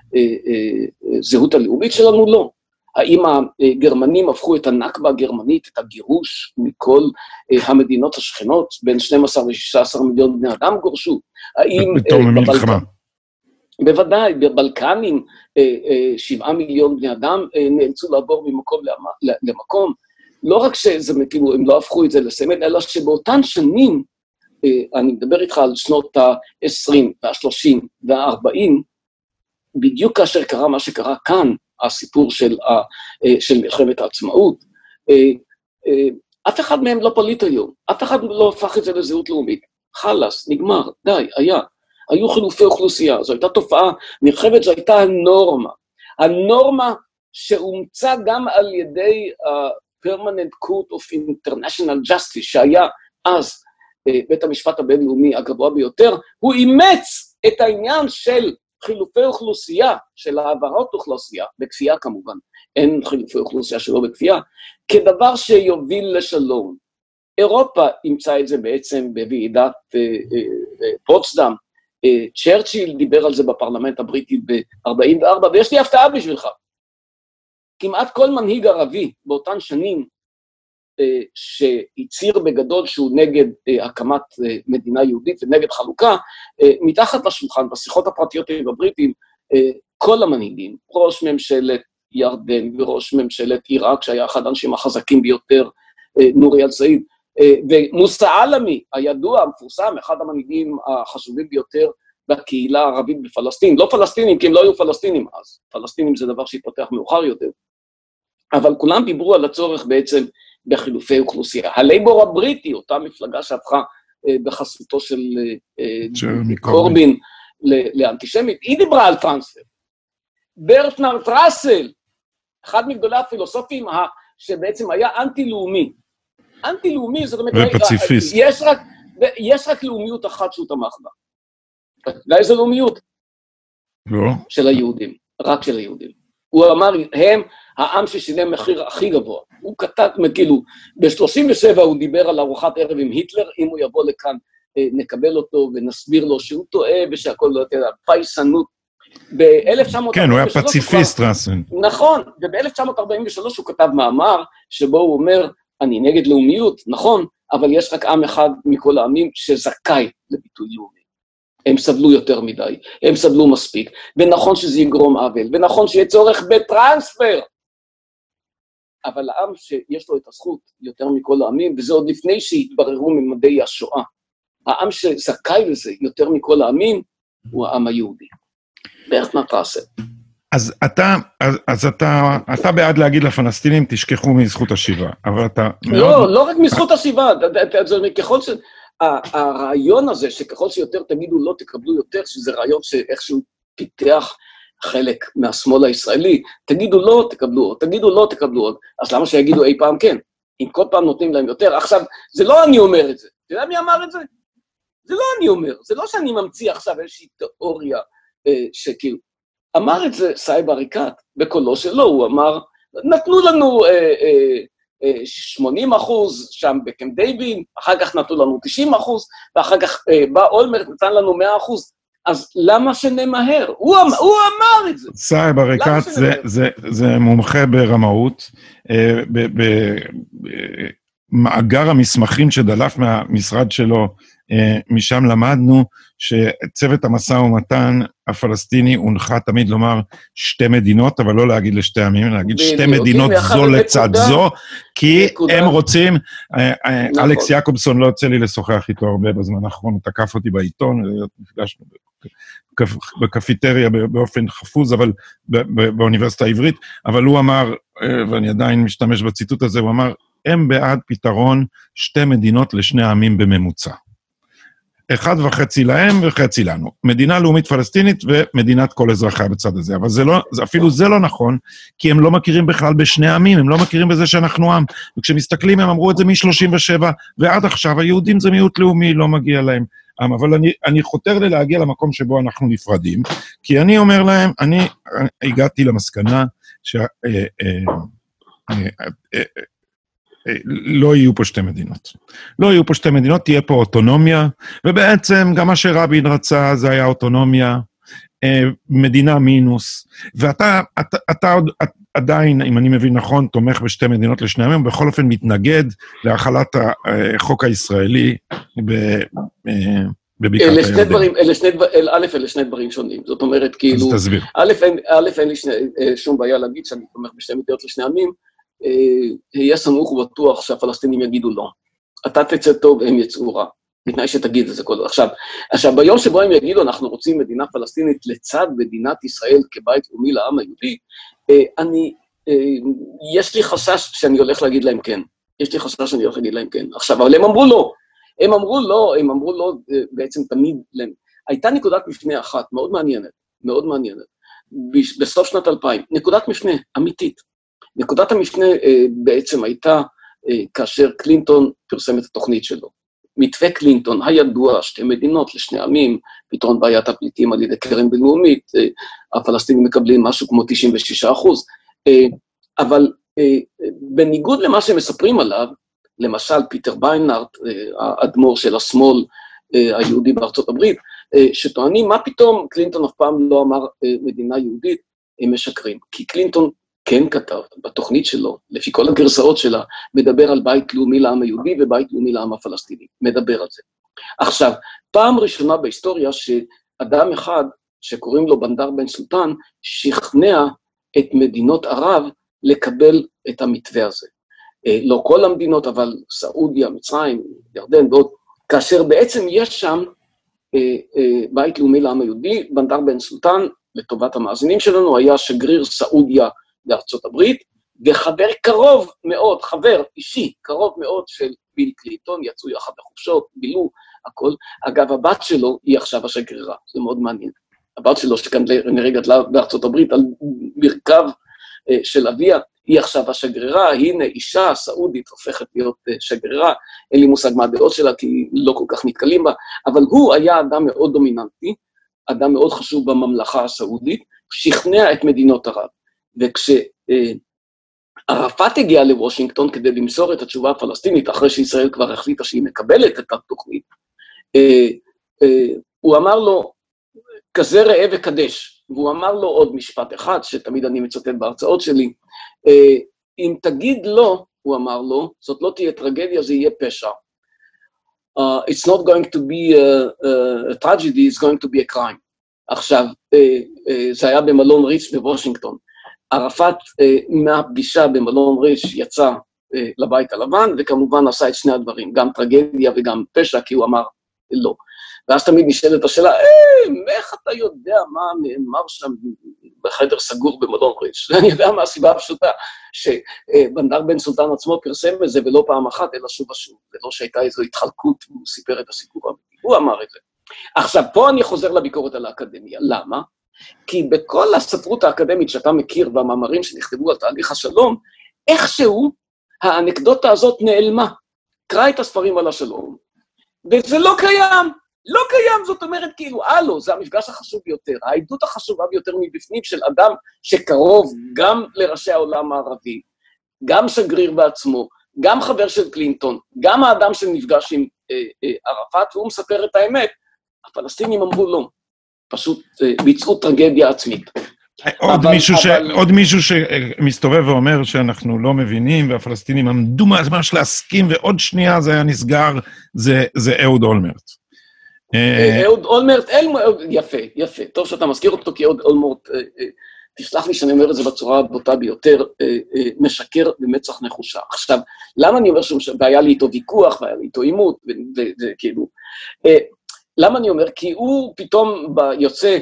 הזהות הלאומית שלנו? לא. האם הגרמנים הפכו את הנכבה הגרמנית, את הגירוש מכל המדינות השכנות, בין שנים עשר ל-שישה עשר מיליון בני אדם גורשו? האם... בתום המלחמה. בוודאי, בבלקנים שבעה מיליון בני אדם נאלצו לעבור ממקום למקום. לא רק שזה, כאילו, הם לא הפכו את זה לסמל, אלא שבאותן שנים, אני מדבר איתך על שנות ה-עשרים וה-שלושים וה-ארבעים, בדיוק כאשר קרה מה שקרה כאן, הסיפור של, של מלחמת העצמאות, אף אחד מהם לא פליט היום, אף אחד לא הפך את זה לזהות לאומית, חלס, נגמר, די, היה, היו חילופי אוכלוסייה, זו הייתה תופעה נרחבת, זו הייתה הנורמה, הנורמה שהומצא גם על ידי ה-Permanent Court of International Justice, שהיה אז בית המשפט הבינלאומי הגבוה ביותר, הוא אימץ את העניין של חילופי אוכלוסייה, של העברות אוכלוסייה, בכפייה כמובן, אין חילופי אוכלוסייה שלא בכפייה, כדבר שיוביל לשלום. אירופה אימצה את זה בעצם בוועידת פוצדם, צ'רצ'יל דיבר על זה בפרלמנט הבריטי ב-ארבעים וארבע, ויש לי הפתעה בשבילך. כמעט כל מנהיג ערבי באותן שנים, שהצהיר בגדול שהוא נגד הקמת מדינה יהודית ונגד חלוקה, מתחת לשולחן, בשיחות הפרטיות עם הבריטים, כל המנהיגים, ראש ממשלת ירדן וראש ממשלת עיראק, שהיה אחד האנשים החזקים ביותר, נורי אל-סעיד, ומוסא עלמי, הידוע, המפורסם, אחד המנהיגים החשובים ביותר בקהילה הערבית בפלסטין, לא פלסטינים, כי הם לא היו פלסטינים אז, פלסטינים זה דבר שהתפתח מאוחר יותר, אבל כולם דיברו על הצורך בעצם בחילופי אוכלוסייה. הלייבור הבריטי, אותה מפלגה שהפכה בחסותו של קורבין לאנטישמית, היא דיברה על טרנספר. ברטנרד ראסל, אחד מגדולי הפילוסופים שבעצם היה אנטי-לאומי. אנטי-לאומי, זאת אומרת, יש רק, יש רק לאומיות אחת שהוא תמך בה. לא איזה לאומיות? לא. של היהודים, רק של היהודים. הוא אמר, הם העם ששילם מחיר הכי גבוה. הוא כתב, כאילו, ב-שלושים ושבע הוא דיבר על ארוחת ערב עם היטלר, אם הוא יבוא לכאן, נקבל אותו ונסביר לו שהוא טועה ושהכל לא יודע, פייסנות. ב-אלף תשע מאות ארבעים ושלוש... כן, הוא היה פציפיסט, רסן. נכון, וב-אלף תשע מאות ארבעים ושלוש הוא כתב מאמר, שבו הוא אומר, אני נגד לאומיות, נכון, אבל יש רק עם אחד מכל העמים שזכאי לביטוי לאומי. הם סבלו יותר מדי, הם סבלו מספיק, ונכון שזה יגרום עוול, ונכון שיהיה צורך בטרנספר. אבל העם שיש לו את הזכות יותר מכל העמים, וזה עוד לפני שהתבררו ממדי השואה, העם שזכאי לזה יותר מכל העמים, הוא העם היהודי. באיך נתעשה. אז אתה, אז, אז אתה, אתה בעד להגיד לפלסטינים, תשכחו מזכות השיבה, אבל אתה... לא, מאוד... לא רק מזכות השיבה, ככל ש... הרעיון הזה, שככל שיותר תגידו לא תקבלו יותר, שזה רעיון שאיכשהו פיתח חלק מהשמאל הישראלי, תגידו לא תקבלו, תגידו לא תקבלו, אז למה שיגידו אי פעם כן? אם כל פעם נותנים להם יותר, עכשיו, זה לא אני אומר את זה, אתה יודע מי אמר את זה? זה לא אני אומר, זה לא שאני ממציא עכשיו איזושהי תיאוריה אה, שכאילו, אמר את זה סאיב עריקאת, בקולו שלו, הוא אמר, נתנו לנו אה, אה, אה, שמונים אחוז שם בקמפ דיוויד, אחר כך נתנו לנו תשעים אחוז, ואחר כך אה, בא אולמרט, נתן לנו מאה אחוז, אז למה שנמהר? הוא, אמ, הוא אמר את זה. סאיב עריקאת זה, זה, זה מומחה ברמאות, אה, במאגר המסמכים שדלף מהמשרד שלו, אה, משם למדנו שצוות המשא ומתן הפלסטיני הונחה תמיד לומר שתי מדינות, אבל לא להגיד לשתי עמים, להגיד שתי מדינות זו לצד זו, כי הם רוצים, אלכס יעקובסון לא יוצא לי לשוחח איתו הרבה בזמן האחרון, הוא תקף אותי בעיתון, נפגשנו בקפיטריה באופן חפוז, אבל באוניברסיטה העברית, אבל הוא אמר, ואני עדיין משתמש בציטוט הזה, הוא אמר, הם בעד פתרון שתי מדינות לשני העמים בממוצע. אחד וחצי להם וחצי לנו. מדינה לאומית פלסטינית ומדינת כל אזרחיה בצד הזה. אבל זה לא, אפילו זה לא נכון, כי הם לא מכירים בכלל בשני עמים, הם לא מכירים בזה שאנחנו עם. וכשמסתכלים הם אמרו את זה מ-שלושים ושבע, ועד עכשיו היהודים זה מיעוט לאומי, לא מגיע להם עם. אבל אני, אני חותר לי להגיע למקום שבו אנחנו נפרדים, כי אני אומר להם, אני הגעתי למסקנה ש... אה, אה, אה, אה, לא יהיו פה שתי מדינות. לא יהיו פה שתי מדינות, תהיה פה אוטונומיה, ובעצם גם מה שרבין רצה זה היה אוטונומיה, מדינה מינוס, ואתה אתה, אתה עדיין, אם אני מבין נכון, תומך בשתי מדינות לשני עמים, בכל אופן מתנגד להחלת החוק הישראלי בבקעת הירדן. אלה שני דברים, אלה שני דברים, א', אלה שני דברים שונים, זאת אומרת כאילו, אז תסביר. א', א', אין לי שום בעיה להגיד שאני תומך בשתי מדינות לשני עמים, יהיה סמוך ובטוח שהפלסטינים יגידו לא. אתה תצא טוב, הם יצאו רע. בתנאי שתגיד את זה כל דבר. עכשיו, עכשיו, ביום שבו הם יגידו, אנחנו רוצים מדינה פלסטינית לצד מדינת ישראל כבית לאומי לעם היהודי, אני, יש לי חשש שאני הולך להגיד להם כן. יש לי חשש שאני הולך להגיד להם כן. עכשיו, אבל הם אמרו לא. הם אמרו לא, הם אמרו לא, בעצם תמיד להם. הייתה נקודת מפנה אחת, מאוד מעניינת, מאוד מעניינת. בסוף שנת אלפיים, נקודת מפנה אמיתית. נקודת המפנה אה, בעצם הייתה אה, כאשר קלינטון פרסם את התוכנית שלו. מתווה קלינטון הידוע, שתי מדינות לשני עמים, פתרון בעיית הפליטים על ידי קרן בינלאומית, אה, הפלסטינים מקבלים משהו כמו תשעים ושישה אחוז, אה, אבל אה, בניגוד למה שמספרים עליו, למשל פיטר ביינארט, אה, האדמו"ר של השמאל אה, היהודי בארצות הברית, אה, שטוענים מה פתאום קלינטון אף פעם לא אמר אה, מדינה יהודית, הם משקרים, כי קלינטון כן כתב, בתוכנית שלו, לפי כל הגרסאות שלה, מדבר על בית לאומי לעם היהודי ובית לאומי לעם הפלסטיני, מדבר על זה. עכשיו, פעם ראשונה בהיסטוריה שאדם אחד, שקוראים לו בנדר בן סולטן, שכנע את מדינות ערב לקבל את המתווה הזה. לא כל המדינות, אבל סעודיה, מצרים, ירדן ועוד, כאשר בעצם יש שם בית לאומי לעם היהודי, בנדר בן סולטן, לטובת המאזינים שלנו, היה שגריר סעודיה, בארצות הברית, וחבר קרוב מאוד, חבר אישי, קרוב מאוד של ביל קלינטון, יצאו יחד לחופשות, בילו, הכל. אגב, הבת שלו היא עכשיו השגרירה, זה מאוד מעניין. הבת שלו שכאן נראה גדלה בארצות הברית, על מרכב של אביה, היא עכשיו השגרירה, הנה אישה סעודית הופכת להיות שגרירה, אין לי מושג מה הדעות שלה, כי לא כל כך נתקלים בה, אבל הוא היה אדם מאוד דומיננטי, אדם מאוד חשוב בממלכה הסעודית, שכנע את מדינות ערב. וכשערפאת הגיע לוושינגטון כדי למסור את התשובה הפלסטינית, אחרי שישראל כבר החליטה שהיא מקבלת את התוכנית, הוא אמר לו, כזה ראה וקדש, והוא אמר לו עוד משפט אחד, שתמיד אני מצטט בהרצאות שלי, אם תגיד לו, הוא אמר לו, זאת לא תהיה טרגדיה, זה יהיה פשע. Uh, it's not going to be a, a, a tragedy, it's going to be a crime. עכשיו, uh, uh, זה היה במלון ריץ' בוושינגטון. ערפאת uh, מהפגישה במלון ריץ' יצא uh, לבית הלבן, וכמובן עשה את שני הדברים, גם טרגדיה וגם פשע, כי הוא אמר לא. ואז תמיד נשאלת השאלה, אה, איך אתה יודע מה נאמר שם בחדר סגור במלון ריץ'? אני יודע מה הסיבה הפשוטה, שבנדר בן סולטן עצמו פרסם את זה, ולא פעם אחת, אלא שוב ושוב, ולא שהייתה איזו התחלקות, והוא סיפר את הסיפור האמיתי, הוא אמר את זה. עכשיו, פה אני חוזר לביקורת על האקדמיה, למה? כי בכל הספרות האקדמית שאתה מכיר, והמאמרים שנכתבו על תהליך השלום, איכשהו האנקדוטה הזאת נעלמה. קרא את הספרים על השלום, וזה לא קיים. לא קיים, זאת אומרת, כאילו, הלו, זה המפגש החשוב ביותר, העדות החשובה ביותר מבפנים של אדם שקרוב גם לראשי העולם הערבי, גם שגריר בעצמו, גם חבר של קלינטון, גם האדם שנפגש עם אה, אה, ערפאת, והוא מספר את האמת. הפלסטינים אמרו לא, פשוט אה, ביצעו טרגדיה עצמית. עוד, אבל, מישהו אבל... ש... עוד מישהו שמסתובב ואומר שאנחנו לא מבינים, והפלסטינים עמדו ממש להסכים, ועוד שנייה זה היה נסגר, זה, זה אהוד אולמרט. אהוד אולמרט, יפה, יפה, טוב שאתה מזכיר אותו, כי אהוד אולמרט, תסלח לי שאני אומר את זה בצורה הבוטה ביותר, משקר במצח נחושה. עכשיו, למה אני אומר שהיה לי איתו ויכוח, והיה לי איתו עימות, וכאילו, למה אני אומר? כי הוא פתאום יוצא,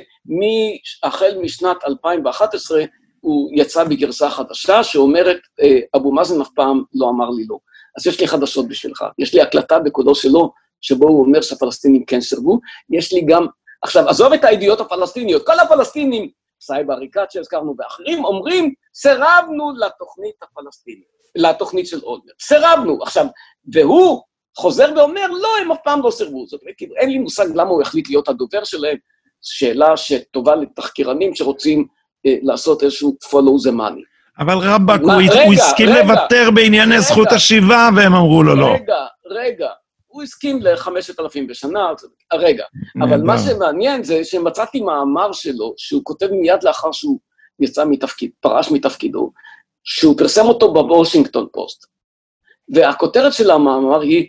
החל משנת אלפיים ואחת עשרה, הוא יצא בגרסה חדשה, שאומרת, אבו מאזן אף פעם לא אמר לי לא. אז יש לי חדשות בשבילך, יש לי הקלטה בקולו שלו, שבו הוא אומר שהפלסטינים כן סרבו, יש לי גם, עכשיו, עזוב את הידיעות הפלסטיניות, כל הפלסטינים, סאיב עריקאת שהזכרנו ואחרים, אומרים, סרבנו לתוכנית הפלסטינית, לתוכנית של אולמרט, סרבנו, עכשיו, והוא חוזר ואומר, לא, הם אף פעם לא סרבו, זאת אומרת, אין לי מושג למה הוא החליט להיות הדובר שלהם, שאלה שטובה לתחקירנים שרוצים אה, לעשות איזשהו follow the money. אבל רבק, הוא, רגע, הוא הסכים רגע, לוותר בענייני רגע, זכות השיבה, והם אמרו לו לא. רגע, רגע. הוא הסכים לחמשת אלפים בשנה, הרגע. אבל מה שמעניין זה שמצאתי מאמר שלו, שהוא כותב מיד לאחר שהוא יצא מתפקיד, פרש מתפקידו, שהוא פרסם אותו בוושינגטון פוסט. והכותרת של המאמר היא,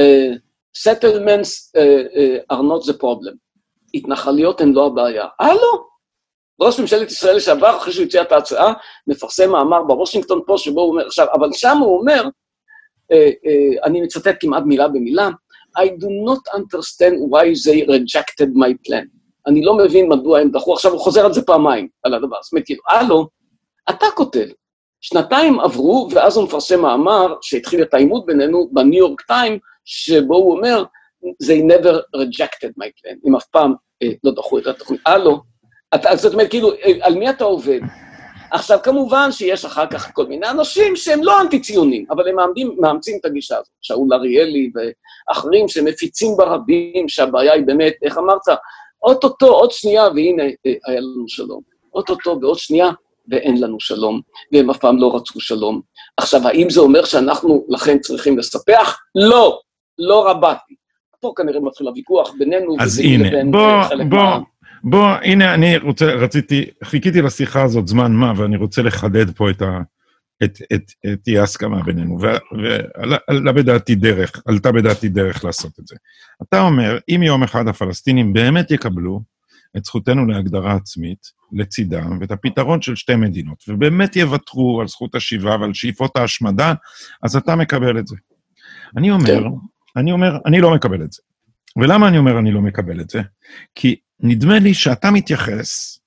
settlements are not the problem. התנחליות הן לא הבעיה. אה, לא. ראש ממשלת ישראל לשעבר, אחרי שהוא הציע את ההצעה, מפרסם מאמר בוושינגטון פוסט, שבו הוא אומר, עכשיו, אבל שם הוא אומר, Uh, uh, אני מצטט כמעט מילה במילה, I do not understand why they rejected my plan. אני לא מבין מדוע הם דחו, עכשיו הוא חוזר על זה פעמיים, על הדבר. זאת אומרת, כאילו, הלו, אתה כותב, שנתיים עברו, ואז הוא מפרסם מאמר, שהתחיל את העימות בינינו, בניו יורק טיים, שבו הוא אומר, they never rejected my plan, אם אף פעם uh, לא דחו את התוכנית. הלו, אתה, זאת אומרת, כאילו, על מי אתה עובד? עכשיו, כמובן שיש אחר כך כל מיני אנשים שהם לא אנטי-ציונים, אבל הם מאמדים, מאמצים את הגישה הזאת. שאול אריאלי ואחרים שמפיצים ברבים, שהבעיה היא באמת, איך אמרת, אוטוטו, עוד שנייה, והנה היה לנו שלום. אוטוטו ועוד שנייה, ואין לנו שלום, והם אף פעם לא רצו שלום. עכשיו, האם זה אומר שאנחנו לכן צריכים לספח? לא, לא רבתי. פה כנראה מתחיל הוויכוח בינינו, אז הנה, בוא, בוא. מה... בוא, הנה, אני רוצה, רציתי, חיכיתי לשיחה הזאת זמן מה, ואני רוצה לחדד פה את ה... את, את, את אי ההסכמה בינינו, ועלה בדעתי דרך, עלתה בדעתי דרך לעשות את זה. אתה אומר, אם יום אחד הפלסטינים באמת יקבלו את זכותנו להגדרה עצמית, לצידם, ואת הפתרון של שתי מדינות, ובאמת יוותרו על זכות השיבה ועל שאיפות ההשמדה, אז אתה מקבל את זה. אני אומר, אני אומר, אני לא מקבל את זה. ולמה אני אומר אני לא מקבל את זה? כי נדמה לי שאתה מתייחס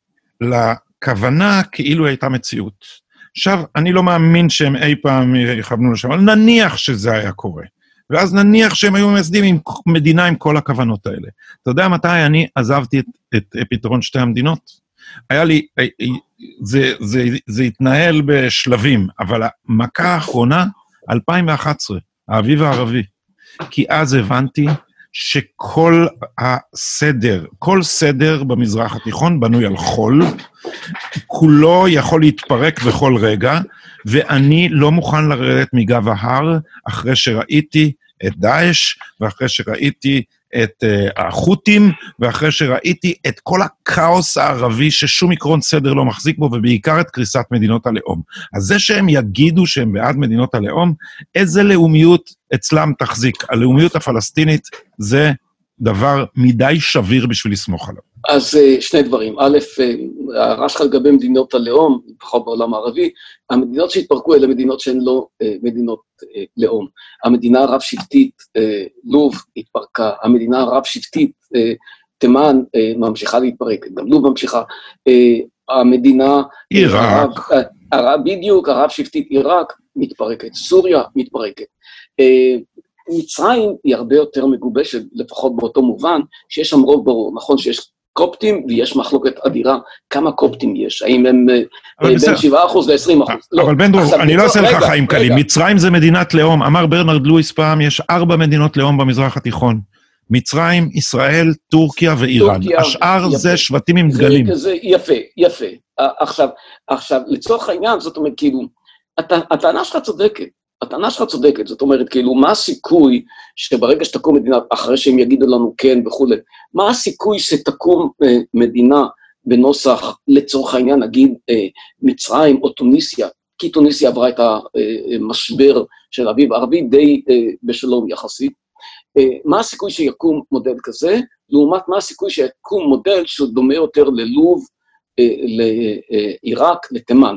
לכוונה כאילו הייתה מציאות. עכשיו, אני לא מאמין שהם אי פעם יכוונו לשם, אבל נניח שזה היה קורה. ואז נניח שהם היו מייסדים עם מדינה עם כל הכוונות האלה. אתה יודע מתי אני עזבתי את, את, את פתרון שתי המדינות? היה לי, זה, זה, זה התנהל בשלבים, אבל המכה האחרונה, אלפיים ואחת עשרה, האביב הערבי. כי אז הבנתי שכל הסדר, כל סדר במזרח התיכון בנוי על חול, כולו יכול להתפרק בכל רגע, ואני לא מוכן לרדת מגב ההר, אחרי שראיתי את דאעש, ואחרי שראיתי את uh, החות'ים, ואחרי שראיתי את כל הכאוס הערבי, ששום עקרון סדר לא מחזיק בו, ובעיקר את קריסת מדינות הלאום. אז זה שהם יגידו שהם בעד מדינות הלאום, איזה לאומיות אצלם תחזיק? הלאומיות הפלסטינית זה דבר מדי שביר בשביל לסמוך עליו. אז שני דברים. א', הערה שלך לגבי מדינות הלאום, פחות בעולם הערבי, המדינות שהתפרקו אלה מדינות שהן לא מדינות לאום. המדינה הרב-שבטית, לוב, התפרקה. המדינה הרב-שבטית, תימן, ממשיכה להתפרק. גם לוב ממשיכה. המדינה... עיראק. הרב, בדיוק, הרב-שבטית עיראק מתפרקת. סוריה מתפרקת. מצרים היא הרבה יותר מגובשת, לפחות באותו מובן, שיש שם רוב ברור. נכון שיש קופטים, ויש מחלוקת אדירה, כמה קופטים יש, האם הם בין שבעה אחוז ל-עשרים אחוז. אבל בן דרור, אני לא אעשה לך חיים קלים, מצרים זה מדינת לאום, אמר ברנרד לואיס פעם, יש ארבע מדינות לאום במזרח התיכון, מצרים, ישראל, טורקיה ואיראן, השאר זה שבטים עם דגלים. יפה, יפה. עכשיו, לצורך העניין, זאת אומרת, כאילו, הטענה שלך צודקת, הטענה שלך צודקת, זאת אומרת, כאילו, מה הסיכוי שברגע שתקום מדינה, אחרי שהם יגידו לנו כן וכו', מה הסיכוי שתקום אה, מדינה בנוסח, לצורך העניין, נגיד, אה, מצרים או טוניסיה, כי טוניסיה עברה את המשבר של אביב הערבי די אה, בשלום יחסית, אה, מה הסיכוי שיקום מודל כזה, לעומת מה הסיכוי שיקום מודל שדומה יותר ללוב, אה, לעיראק, לתימן.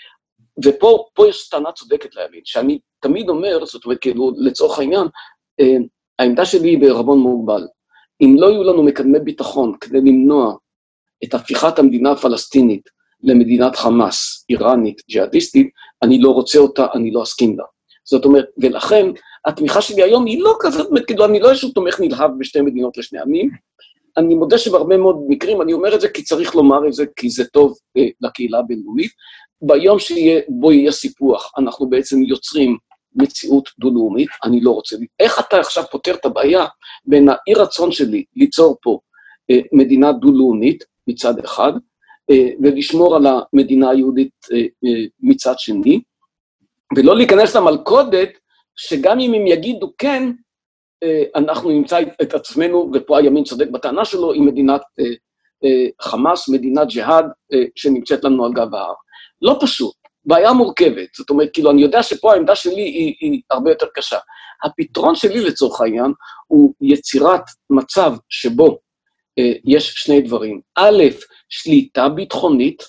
ופה פה יש טענה צודקת להבין, שאני תמיד אומר, זאת אומרת, כאילו, לצורך העניין, אה, העמדה שלי היא בערבון מוגבל. אם לא יהיו לנו מקדמי ביטחון כדי למנוע את הפיכת המדינה הפלסטינית למדינת חמאס, איראנית, ג'יהאדיסטית, אני לא רוצה אותה, אני לא אסכים לה. זאת אומרת, ולכן, התמיכה שלי היום היא לא כזאת, כאילו, אני לא איזשהו תומך נלהב בשתי מדינות לשני עמים, אני מודה שבהרבה מאוד מקרים, אני אומר את זה כי צריך לומר את זה, כי זה טוב אה, לקהילה הבינלאומית, ביום שבו יהיה סיפוח, אנחנו בעצם יוצרים מציאות דו-לאומית, אני לא רוצה. איך אתה עכשיו פותר את הבעיה בין האי רצון שלי ליצור פה אה, מדינה דו-לאומית מצד אחד, אה, ולשמור על המדינה היהודית אה, אה, מצד שני, ולא להיכנס למלכודת, שגם אם הם יגידו כן, אה, אנחנו נמצא את עצמנו, ופה הימין צודק בטענה שלו, עם מדינת אה, אה, חמאס, מדינת ג'יהאד, אה, שנמצאת לנו על גב ההר. לא פשוט, בעיה מורכבת, זאת אומרת, כאילו, אני יודע שפה העמדה שלי היא, היא הרבה יותר קשה. הפתרון שלי לצורך העניין, הוא יצירת מצב שבו אה, יש שני דברים. א', שליטה ביטחונית,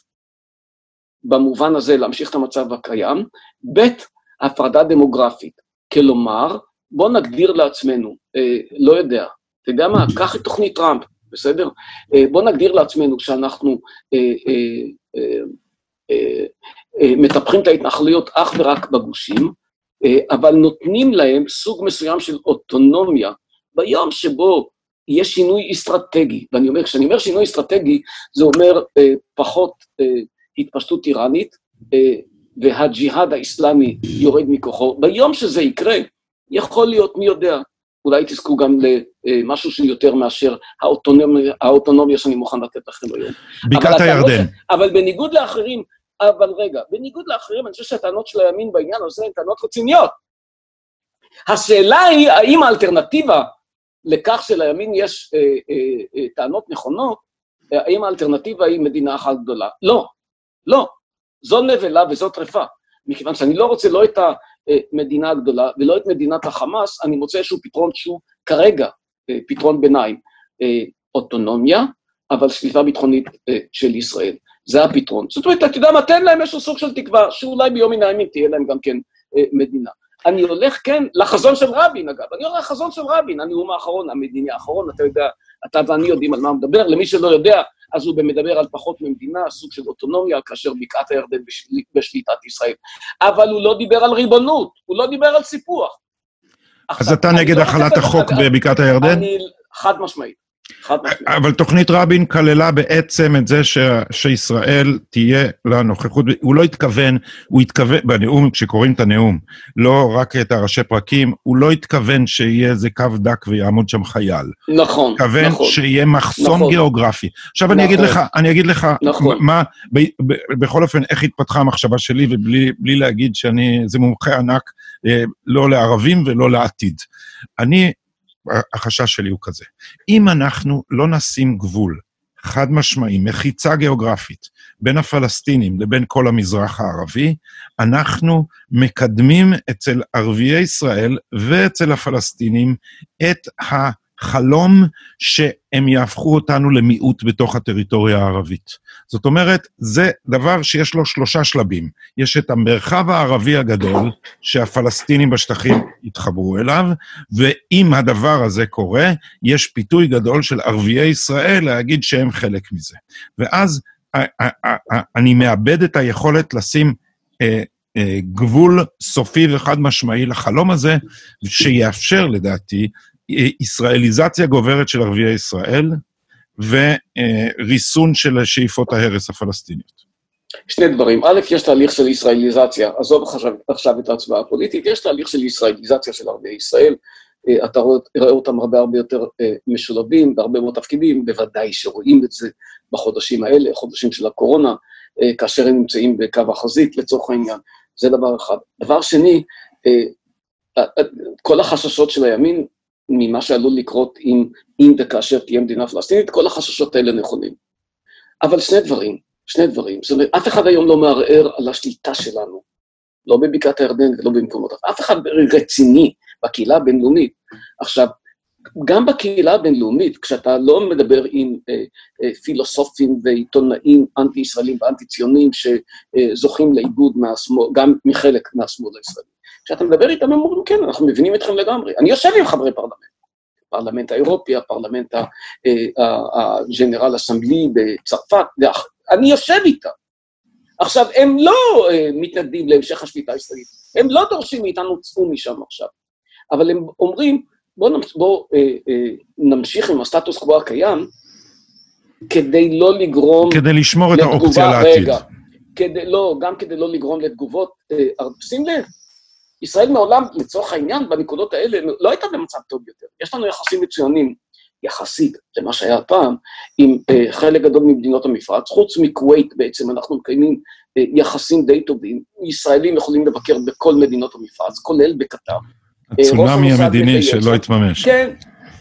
במובן הזה להמשיך את המצב הקיים, ב', הפרדה דמוגרפית. כלומר, בוא נגדיר לעצמנו, אה, לא יודע, אתה יודע מה, קח את תוכנית טראמפ, בסדר? אה, בוא נגדיר לעצמנו שאנחנו... אה, אה, אה, מטפחים את ההתנחלויות אך ורק בגושים, אבל נותנים להם סוג מסוים של אוטונומיה, ביום שבו יש שינוי אסטרטגי, ואני אומר, כשאני אומר שינוי אסטרטגי, זה אומר פחות התפשטות איראנית, והג'יהאד האסלאמי יורד מכוחו, ביום שזה יקרה, יכול להיות, מי יודע, אולי תזכו גם למשהו שיותר מאשר האוטונומיה, האוטונומיה שאני מוכן לתת לכם היום. בקעת הירדן. אבל בניגוד לאחרים, אבל רגע, בניגוד לאחרים, אני חושב שהטענות של הימין בעניין הזה הן טענות רציניות. השאלה היא, האם האלטרנטיבה לכך שלימין יש אה, אה, אה, טענות נכונות, האם האלטרנטיבה היא מדינה אחת גדולה? לא, לא. זו נבלה וזו טרפה. מכיוון שאני לא רוצה לא את המדינה הגדולה ולא את מדינת החמאס, אני מוצא איזשהו פתרון שהוא כרגע אה, פתרון ביניים. אה, אוטונומיה, אבל שליטה ביטחונית אה, של ישראל. זה הפתרון. זאת אומרת, אתה יודע מה, תן להם איזשהו סוג של תקווה, שאולי ביום מן הימים תהיה להם גם כן אה, מדינה. אני הולך, כן, לחזון של רבין, אגב. אני הולך לחזון של רבין, הנאום האחרון, המדיני האחרון, אתה יודע, אתה ואני יודעים על מה הוא מדבר, למי שלא יודע, אז הוא מדבר על פחות ממדינה, סוג של אוטונומיה, כאשר בקעת הירדן בשל... בשליטת ישראל. אבל הוא לא דיבר על ריבונות, הוא לא דיבר על סיפוח. אז אתה נגד החלת החוק בבקעת הירדן? אני חד משמעית. חד משמעית. אבל תוכנית רבין כללה בעצם את זה ש... שישראל תהיה לנוכחות, הוא לא התכוון, הוא התכוון, בנאום, כשקוראים את הנאום, לא רק את הראשי פרקים, הוא לא התכוון שיהיה איזה קו דק ויעמוד שם חייל. נכון, התכוון נכון. שיהיה מחסום נכון. גיאוגרפי. עכשיו נכון. אני אגיד לך, אני אגיד לך, נכון. מה, ב... ב... בכל אופן, איך התפתחה המחשבה שלי, ובלי בלי להגיד שאני, זה מומחה ענק, לא לערבים ולא לעתיד. אני, החשש שלי הוא כזה. אם אנחנו לא נשים גבול חד משמעי, מחיצה גיאוגרפית, בין הפלסטינים לבין כל המזרח הערבי, אנחנו מקדמים אצל ערביי ישראל ואצל הפלסטינים את החלום שהם יהפכו אותנו למיעוט בתוך הטריטוריה הערבית. זאת אומרת, זה דבר שיש לו שלושה שלבים. יש את המרחב הערבי הגדול, שהפלסטינים בשטחים יתחברו אליו, ואם הדבר הזה קורה, יש פיתוי גדול של ערביי ישראל להגיד שהם חלק מזה. ואז אני מאבד את היכולת לשים גבול סופי וחד משמעי לחלום הזה, שיאפשר לדעתי ישראליזציה גוברת של ערביי ישראל, וריסון של שאיפות ההרס הפלסטיניות. שני דברים. א', יש תהליך של ישראליזציה, עזוב עכשיו את ההצבעה הפוליטית, יש תהליך של ישראליזציה של ערביי ישראל, אתה רואה אותם הרבה הרבה יותר משולבים, בהרבה מאוד תפקידים, בוודאי שרואים את זה בחודשים האלה, חודשים של הקורונה, כאשר הם נמצאים בקו החזית לצורך העניין, זה דבר אחד. דבר שני, כל החששות של הימין, ממה שעלול לקרות אם, אם וכאשר תהיה מדינה פלסטינית, כל החששות האלה נכונים. אבל שני דברים, שני דברים, זאת אומרת, אף אחד היום לא מערער על השליטה שלנו, לא בבקעת הירדן ולא במקומות, אף אחד רציני בקהילה הבינלאומית. עכשיו, גם בקהילה הבינלאומית, כשאתה לא מדבר עם אה, אה, פילוסופים ועיתונאים אנטי-ישראלים ואנטי-ציונים שזוכים לאיגוד מהשמאל, גם מחלק מהשמאל הישראלי, כשאתה מדבר איתם, הם אומרים, כן, אנחנו מבינים אתכם לגמרי. אני יושב עם חברי פרלמנט, הפרלמנט האירופי, הפרלמנט הג'נרל אסמבלי בצרפת, אני יושב איתם. עכשיו, הם לא מתנגדים להמשך השליטה הישראלית, הם לא דורשים מאיתנו צאו משם עכשיו, אבל הם אומרים, בואו בוא, נמשיך עם הסטטוס קוו הקיים, כדי לא לגרום... כדי לשמור את האופציה לעתיד. רגע, כדי, לא, גם כדי לא לגרום לתגובות, שים לב, ישראל מעולם, לצורך העניין, בנקודות האלה, לא הייתה במצב טוב יותר. יש לנו יחסים מצוינים, יחסית למה שהיה פעם, עם uh, חלק גדול ממדינות המפרץ, חוץ מכווית בעצם, אנחנו מקיימים uh, יחסים די טובים, ישראלים יכולים לבקר בכל מדינות המפרץ, כולל בקטר. הצונמי המדיני שלא התממש. כן,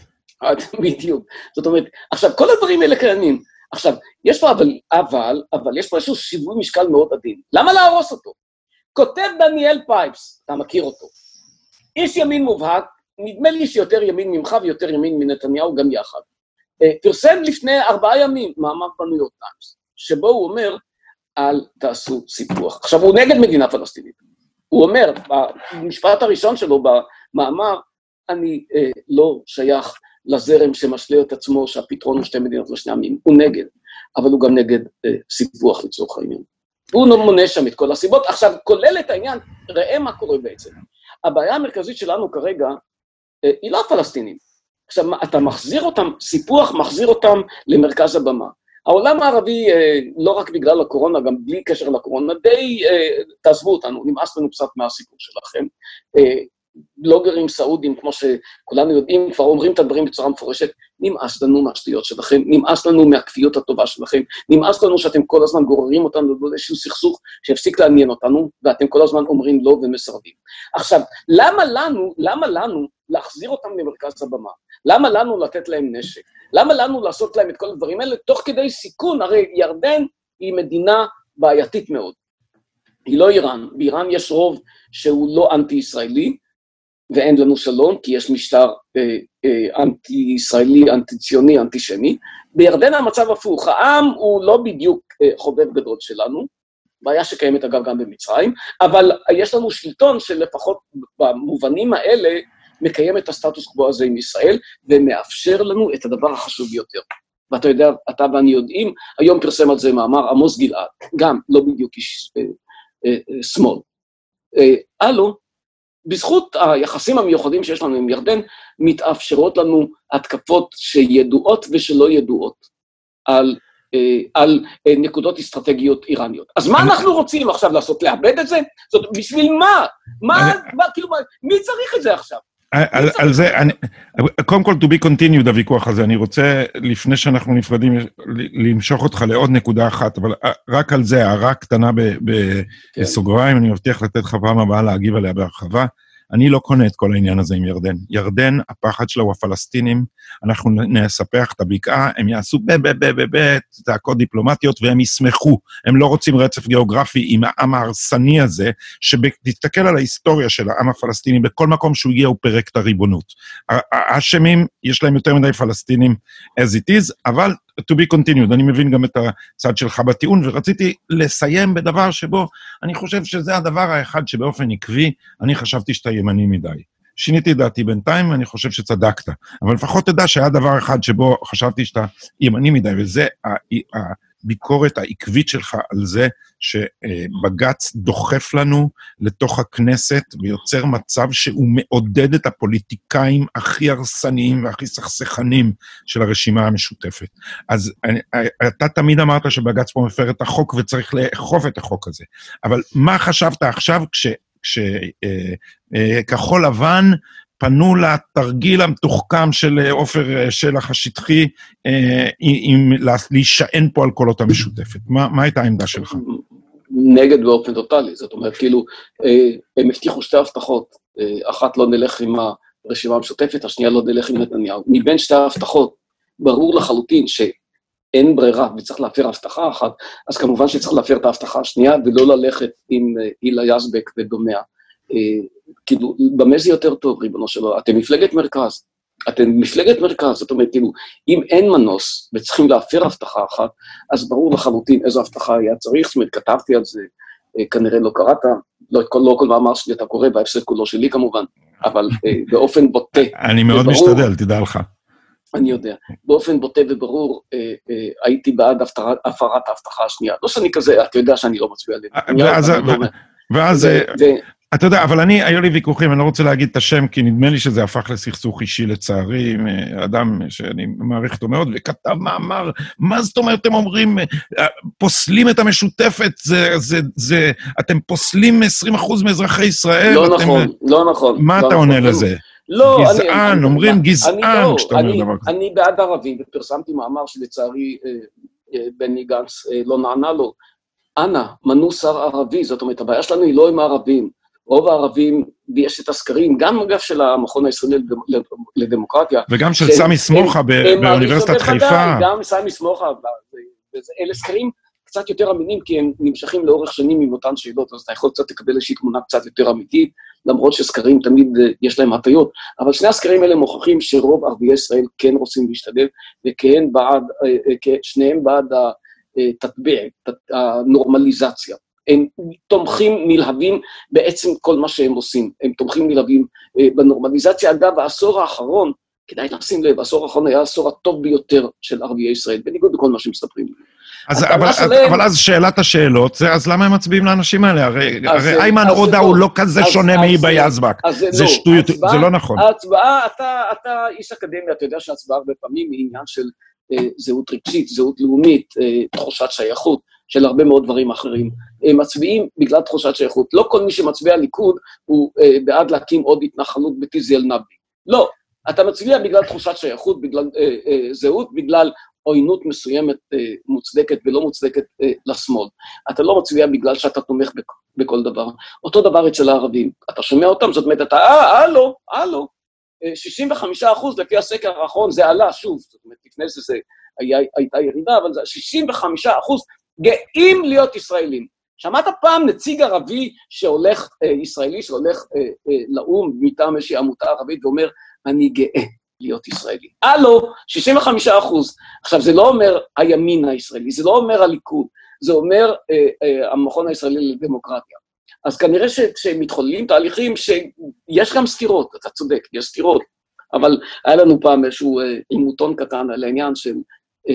בדיוק. זאת אומרת, עכשיו, כל הדברים האלה קיימים. עכשיו, יש פה אבל, אבל, אבל יש פה איזשהו שיווי משקל מאוד עדין. למה להרוס אותו? כותב דניאל פייפס, אתה מכיר אותו. איש ימין מובהק, נדמה לי שיותר ימין ממך ויותר ימין מנתניהו גם יחד. פרסם לפני ארבעה ימים מאמר בניו יורק טיימס, שבו הוא אומר, אל תעשו סיפוח. עכשיו, הוא נגד מדינה פלסטינית. הוא אומר, במשפט הראשון שלו במאמר, אני אה, לא שייך לזרם שמשלה את עצמו שהפתרון הוא שתי מדינות לשני עמים. הוא נגד, אבל הוא גם נגד אה, סיפוח לצורך העניין. הוא מונה שם את כל הסיבות. עכשיו, כולל את העניין, ראה מה קורה בעצם. הבעיה המרכזית שלנו כרגע, אה, היא לא הפלסטינים. עכשיו, אתה מחזיר אותם, סיפוח מחזיר אותם למרכז הבמה. העולם הערבי, אה, לא רק בגלל הקורונה, גם בלי קשר לקורונה, די אה, תעזבו אותנו, נמאס לנו קצת מהסיפור שלכם. אה, בלוגרים סעודים, כמו שכולנו יודעים, כבר אומרים את הדברים בצורה מפורשת, נמאס לנו מהשטויות שלכם, נמאס לנו מהכפיות הטובה שלכם, נמאס לנו שאתם כל הזמן גוררים אותנו לאיזשהו סכסוך שהפסיק לעניין אותנו, ואתם כל הזמן אומרים לא ומסרבים. עכשיו, למה לנו, למה לנו להחזיר אותם למרכז הבמה? למה לנו לתת להם נשק? למה לנו לעשות להם את כל הדברים האלה? תוך כדי סיכון, הרי ירדן היא מדינה בעייתית מאוד. היא לא איראן, באיראן יש רוב שהוא לא אנטי-ישראלי, ואין לנו שלום, כי יש משטר אה, אה, אנטי-ישראלי, אנטי-ציוני, אנטי-שמי. בירדן המצב הפוך, העם הוא לא בדיוק אה, חובב גדול שלנו, בעיה שקיימת אגב גם במצרים, אבל יש לנו שלטון שלפחות במובנים האלה, מקיים את הסטטוס קוו הזה עם ישראל, ומאפשר לנו את הדבר החשוב ביותר. ואתה יודע, אתה ואני יודעים, היום פרסם על זה מאמר עמוס גלעד, גם לא בדיוק איש אה, אה, אה, שמאל. אה, אלו, בזכות היחסים המיוחדים שיש לנו עם ירדן, מתאפשרות לנו התקפות שידועות ושלא ידועות על, על נקודות אסטרטגיות איראניות. אז מה אנחנו רוצים עכשיו לעשות? לאבד את זה? זאת אומרת, בשביל מה? מה, מה, כאילו, מי צריך את זה עכשיו? על, על זה, אני, קודם כל, to be continued, הוויכוח הזה, אני רוצה, לפני שאנחנו נפרדים, למשוך אותך לעוד נקודה אחת, אבל רק על זה, הערה קטנה בסוגריים, אני מבטיח לתת לך פעם הבאה להגיב עליה בהרחבה, אני לא קונה את כל העניין הזה עם ירדן. ירדן, הפחד שלה הוא הפלסטינים, אנחנו נספח את הבקעה, הם יעשו ב ב ב ב ב צעקות דיפלומטיות, והם ישמחו, הם לא רוצים רצף גיאוגרפי עם העם ההרסני הזה, שתסתכל על ההיסטוריה של העם הפלסטיני, בכל מקום שהוא הגיע הוא פרק את הריבונות. האשמים, יש להם יותר מדי פלסטינים as it is, אבל to be continued, אני מבין גם את הצד שלך בטיעון, ורציתי לסיים בדבר שבו, אני חושב שזה הדבר האחד שבאופן עקבי, אני חשבתי שאתה ימני מדי. שיניתי דעתי בינתיים, ואני חושב שצדקת. אבל לפחות תדע שהיה דבר אחד שבו חשבתי שאתה ימני מדי, וזה הביקורת העקבית שלך על זה, שבג"ץ דוחף לנו לתוך הכנסת, ויוצר מצב שהוא מעודד את הפוליטיקאים הכי הרסניים והכי סכסכנים של הרשימה המשותפת. אז אתה תמיד אמרת שבג"ץ פה מפר את החוק, וצריך לאכוף את החוק הזה. אבל מה חשבת עכשיו כש... כשכחול לבן פנו לתרגיל המתוחכם של עופר שלח השטחי, עם להישען פה על קולות המשותפת? מה, מה הייתה העמדה שלך? נגד באופן טוטלי, זאת אומרת, כאילו, הם הבטיחו שתי הבטחות, אחת לא נלך עם הרשימה המשותפת, השנייה לא נלך עם נתניהו. מבין שתי ההבטחות, ברור לחלוטין שאין ברירה וצריך להפר הבטחה אחת, אז כמובן שצריך להפר את ההבטחה השנייה, ולא ללכת עם הילה יזבק ודומיה. כאילו, במה זה יותר טוב, ריבונו שלו? אתם מפלגת מרכז, אתם מפלגת מרכז, זאת אומרת, כאילו, אם אין מנוס וצריכים להפר הבטחה אחת, אז ברור לחלוטין איזו הבטחה היה צריך, זאת אומרת, כתבתי על זה, כנראה לא קראת, לא כל, לא כל מאמר שלי אתה קורא, בהפסק כולו שלי כמובן, אבל באופן בוטה. אני מאוד וברור, משתדל, תדע לך. אני יודע, באופן בוטה וברור, הייתי בעד הפרת ההבטחה השנייה. לא שאני כזה, אתה יודע שאני לא מצביע עליהם. ואז... אתה יודע, אבל אני, היו לי ויכוחים, אני לא רוצה להגיד את השם, כי נדמה לי שזה הפך לסכסוך אישי לצערי, אדם שאני מעריך אותו מאוד, וכתב מאמר, מה זאת אומרת, אתם אומרים, פוסלים את המשותפת, זה, זה, זה, אתם פוסלים עשרים אחוז מאזרחי ישראל? לא נכון, לא נכון. מה אתה עונה לזה? לא, גזען, אומרים גזען, כשאתה אומר דבר כזה. אני בעד ערבים, ופרסמתי מאמר שלצערי בני גנץ לא נענה לו, אנא, מנו שר ערבי, זאת אומרת, הבעיה שלנו היא לא עם הערבים, רוב הערבים, יש את הסקרים, גם אגב של המכון הישראלי לדמוקרטיה. וגם של סמי סמוחה באוניברסיטת חיפה. גם סמי סמוחה, אלה סקרים קצת יותר אמינים, כי הם נמשכים לאורך שנים עם אותן שאלות, אז אתה יכול קצת לקבל איזושהי תמונה קצת יותר אמיתית, למרות שסקרים תמיד יש להם הטיות, אבל שני הסקרים האלה מוכיחים שרוב ערביי ישראל כן רוצים להשתלב, וכן בעד, שניהם בעד התטביע, הנורמליזציה. הם תומכים נלהבים בעצם כל מה שהם עושים, הם תומכים נלהבים בנורמליזציה. אגב, העשור האחרון, כדאי לשים לב, העשור האחרון היה העשור הטוב ביותר של ערביי ישראל, בניגוד לכל מה שמספרים. אז, אבל, אז, אבל אז שאלת השאלות, זה, אז למה הם מצביעים לאנשים האלה? הרי, הרי איימן עודה הוא לא כזה שונה מהיבה יזבק. זה שטויות, זה לא נכון. ההצבעה, אתה, אתה איש אקדמיה, אתה יודע שההצבעה הרבה פעמים היא עניין של אה, זהות רגשית, זהות לאומית, אה, תחושת שייכות, של הרבה מאוד דברים אחרים. הם מצביעים בגלל תחושת שייכות. לא כל מי שמצביע ליכוד הוא אה, בעד להקים עוד התנחלות בטיזי אל-נבי. לא, אתה מצביע בגלל תחושת שייכות, בגלל אה, אה, זהות, בגלל עוינות מסוימת אה, מוצדקת ולא מוצדקת אה, לשמאל. אתה לא מצביע בגלל שאתה תומך בכ- בכל דבר. אותו דבר אצל הערבים. אתה שומע אותם, זאת אומרת, אתה, אה, הלו, הלו, שישים וחמישה אחוז לפי הסקר האחרון, זה עלה שוב, זאת אומרת, לפני זה, זה היה, הייתה ירידה, אבל זה שישים וחמישה אחוז גאים להיות ישראלים. שמעת פעם נציג ערבי שהולך, אה, ישראלי שהולך אה, אה, לאום מטעם איזושהי עמותה ערבית ואומר, אני גאה להיות ישראלי. הלו, שישים וחמישה אחוז. עכשיו, זה לא אומר הימין הישראלי, זה לא אומר הליכוד, זה אומר אה, אה, המכון הישראלי לדמוקרטיה. אז כנראה שכשמתחוללים תהליכים שיש גם סתירות, אתה צודק, יש סתירות, אבל היה לנו פעם איזשהו עימותון קטן על העניין של אה,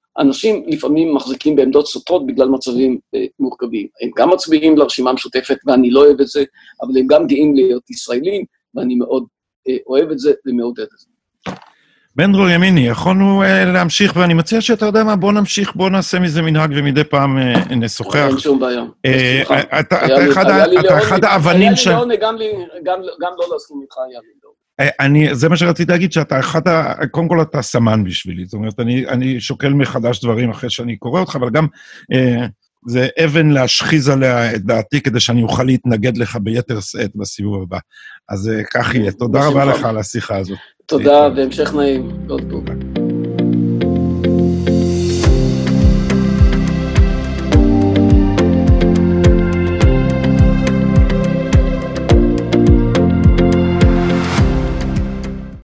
אנשים לפעמים מחזיקים בעמדות סותרות בגלל מצבים אה, מורכבים. הם גם מצביעים לרשימה המשותפת, ואני לא אוהב את זה, אבל הם גם גאים להיות ישראלים, ואני מאוד אה, אוהב את זה ומעודד את זה. בן דרור ימיני, יכולנו אה, להמשיך, ואני מציע שאתה יודע מה, בוא נמשיך, בוא נעשה מזה מנהג ומדי פעם אה, נשוחח. אין שום בעיה. אה, אתה, אתה אחד, אתה אחד האבנים של... היה לי לעונג, גם, גם, גם לא להסכים איתך, היה לי לעונג. אני, זה מה שרציתי להגיד, שאתה אחד ה... קודם כל אתה סמן בשבילי, זאת אומרת, אני, אני שוקל מחדש דברים אחרי שאני קורא אותך, אבל גם אה, זה אבן להשחיז עליה את דעתי, כדי שאני אוכל להתנגד לך ביתר שאת בסיבוב הבא. אז אה, כך יהיה. תודה רבה לך על השיחה הזאת. תודה, והמשך נעים. כל טוב.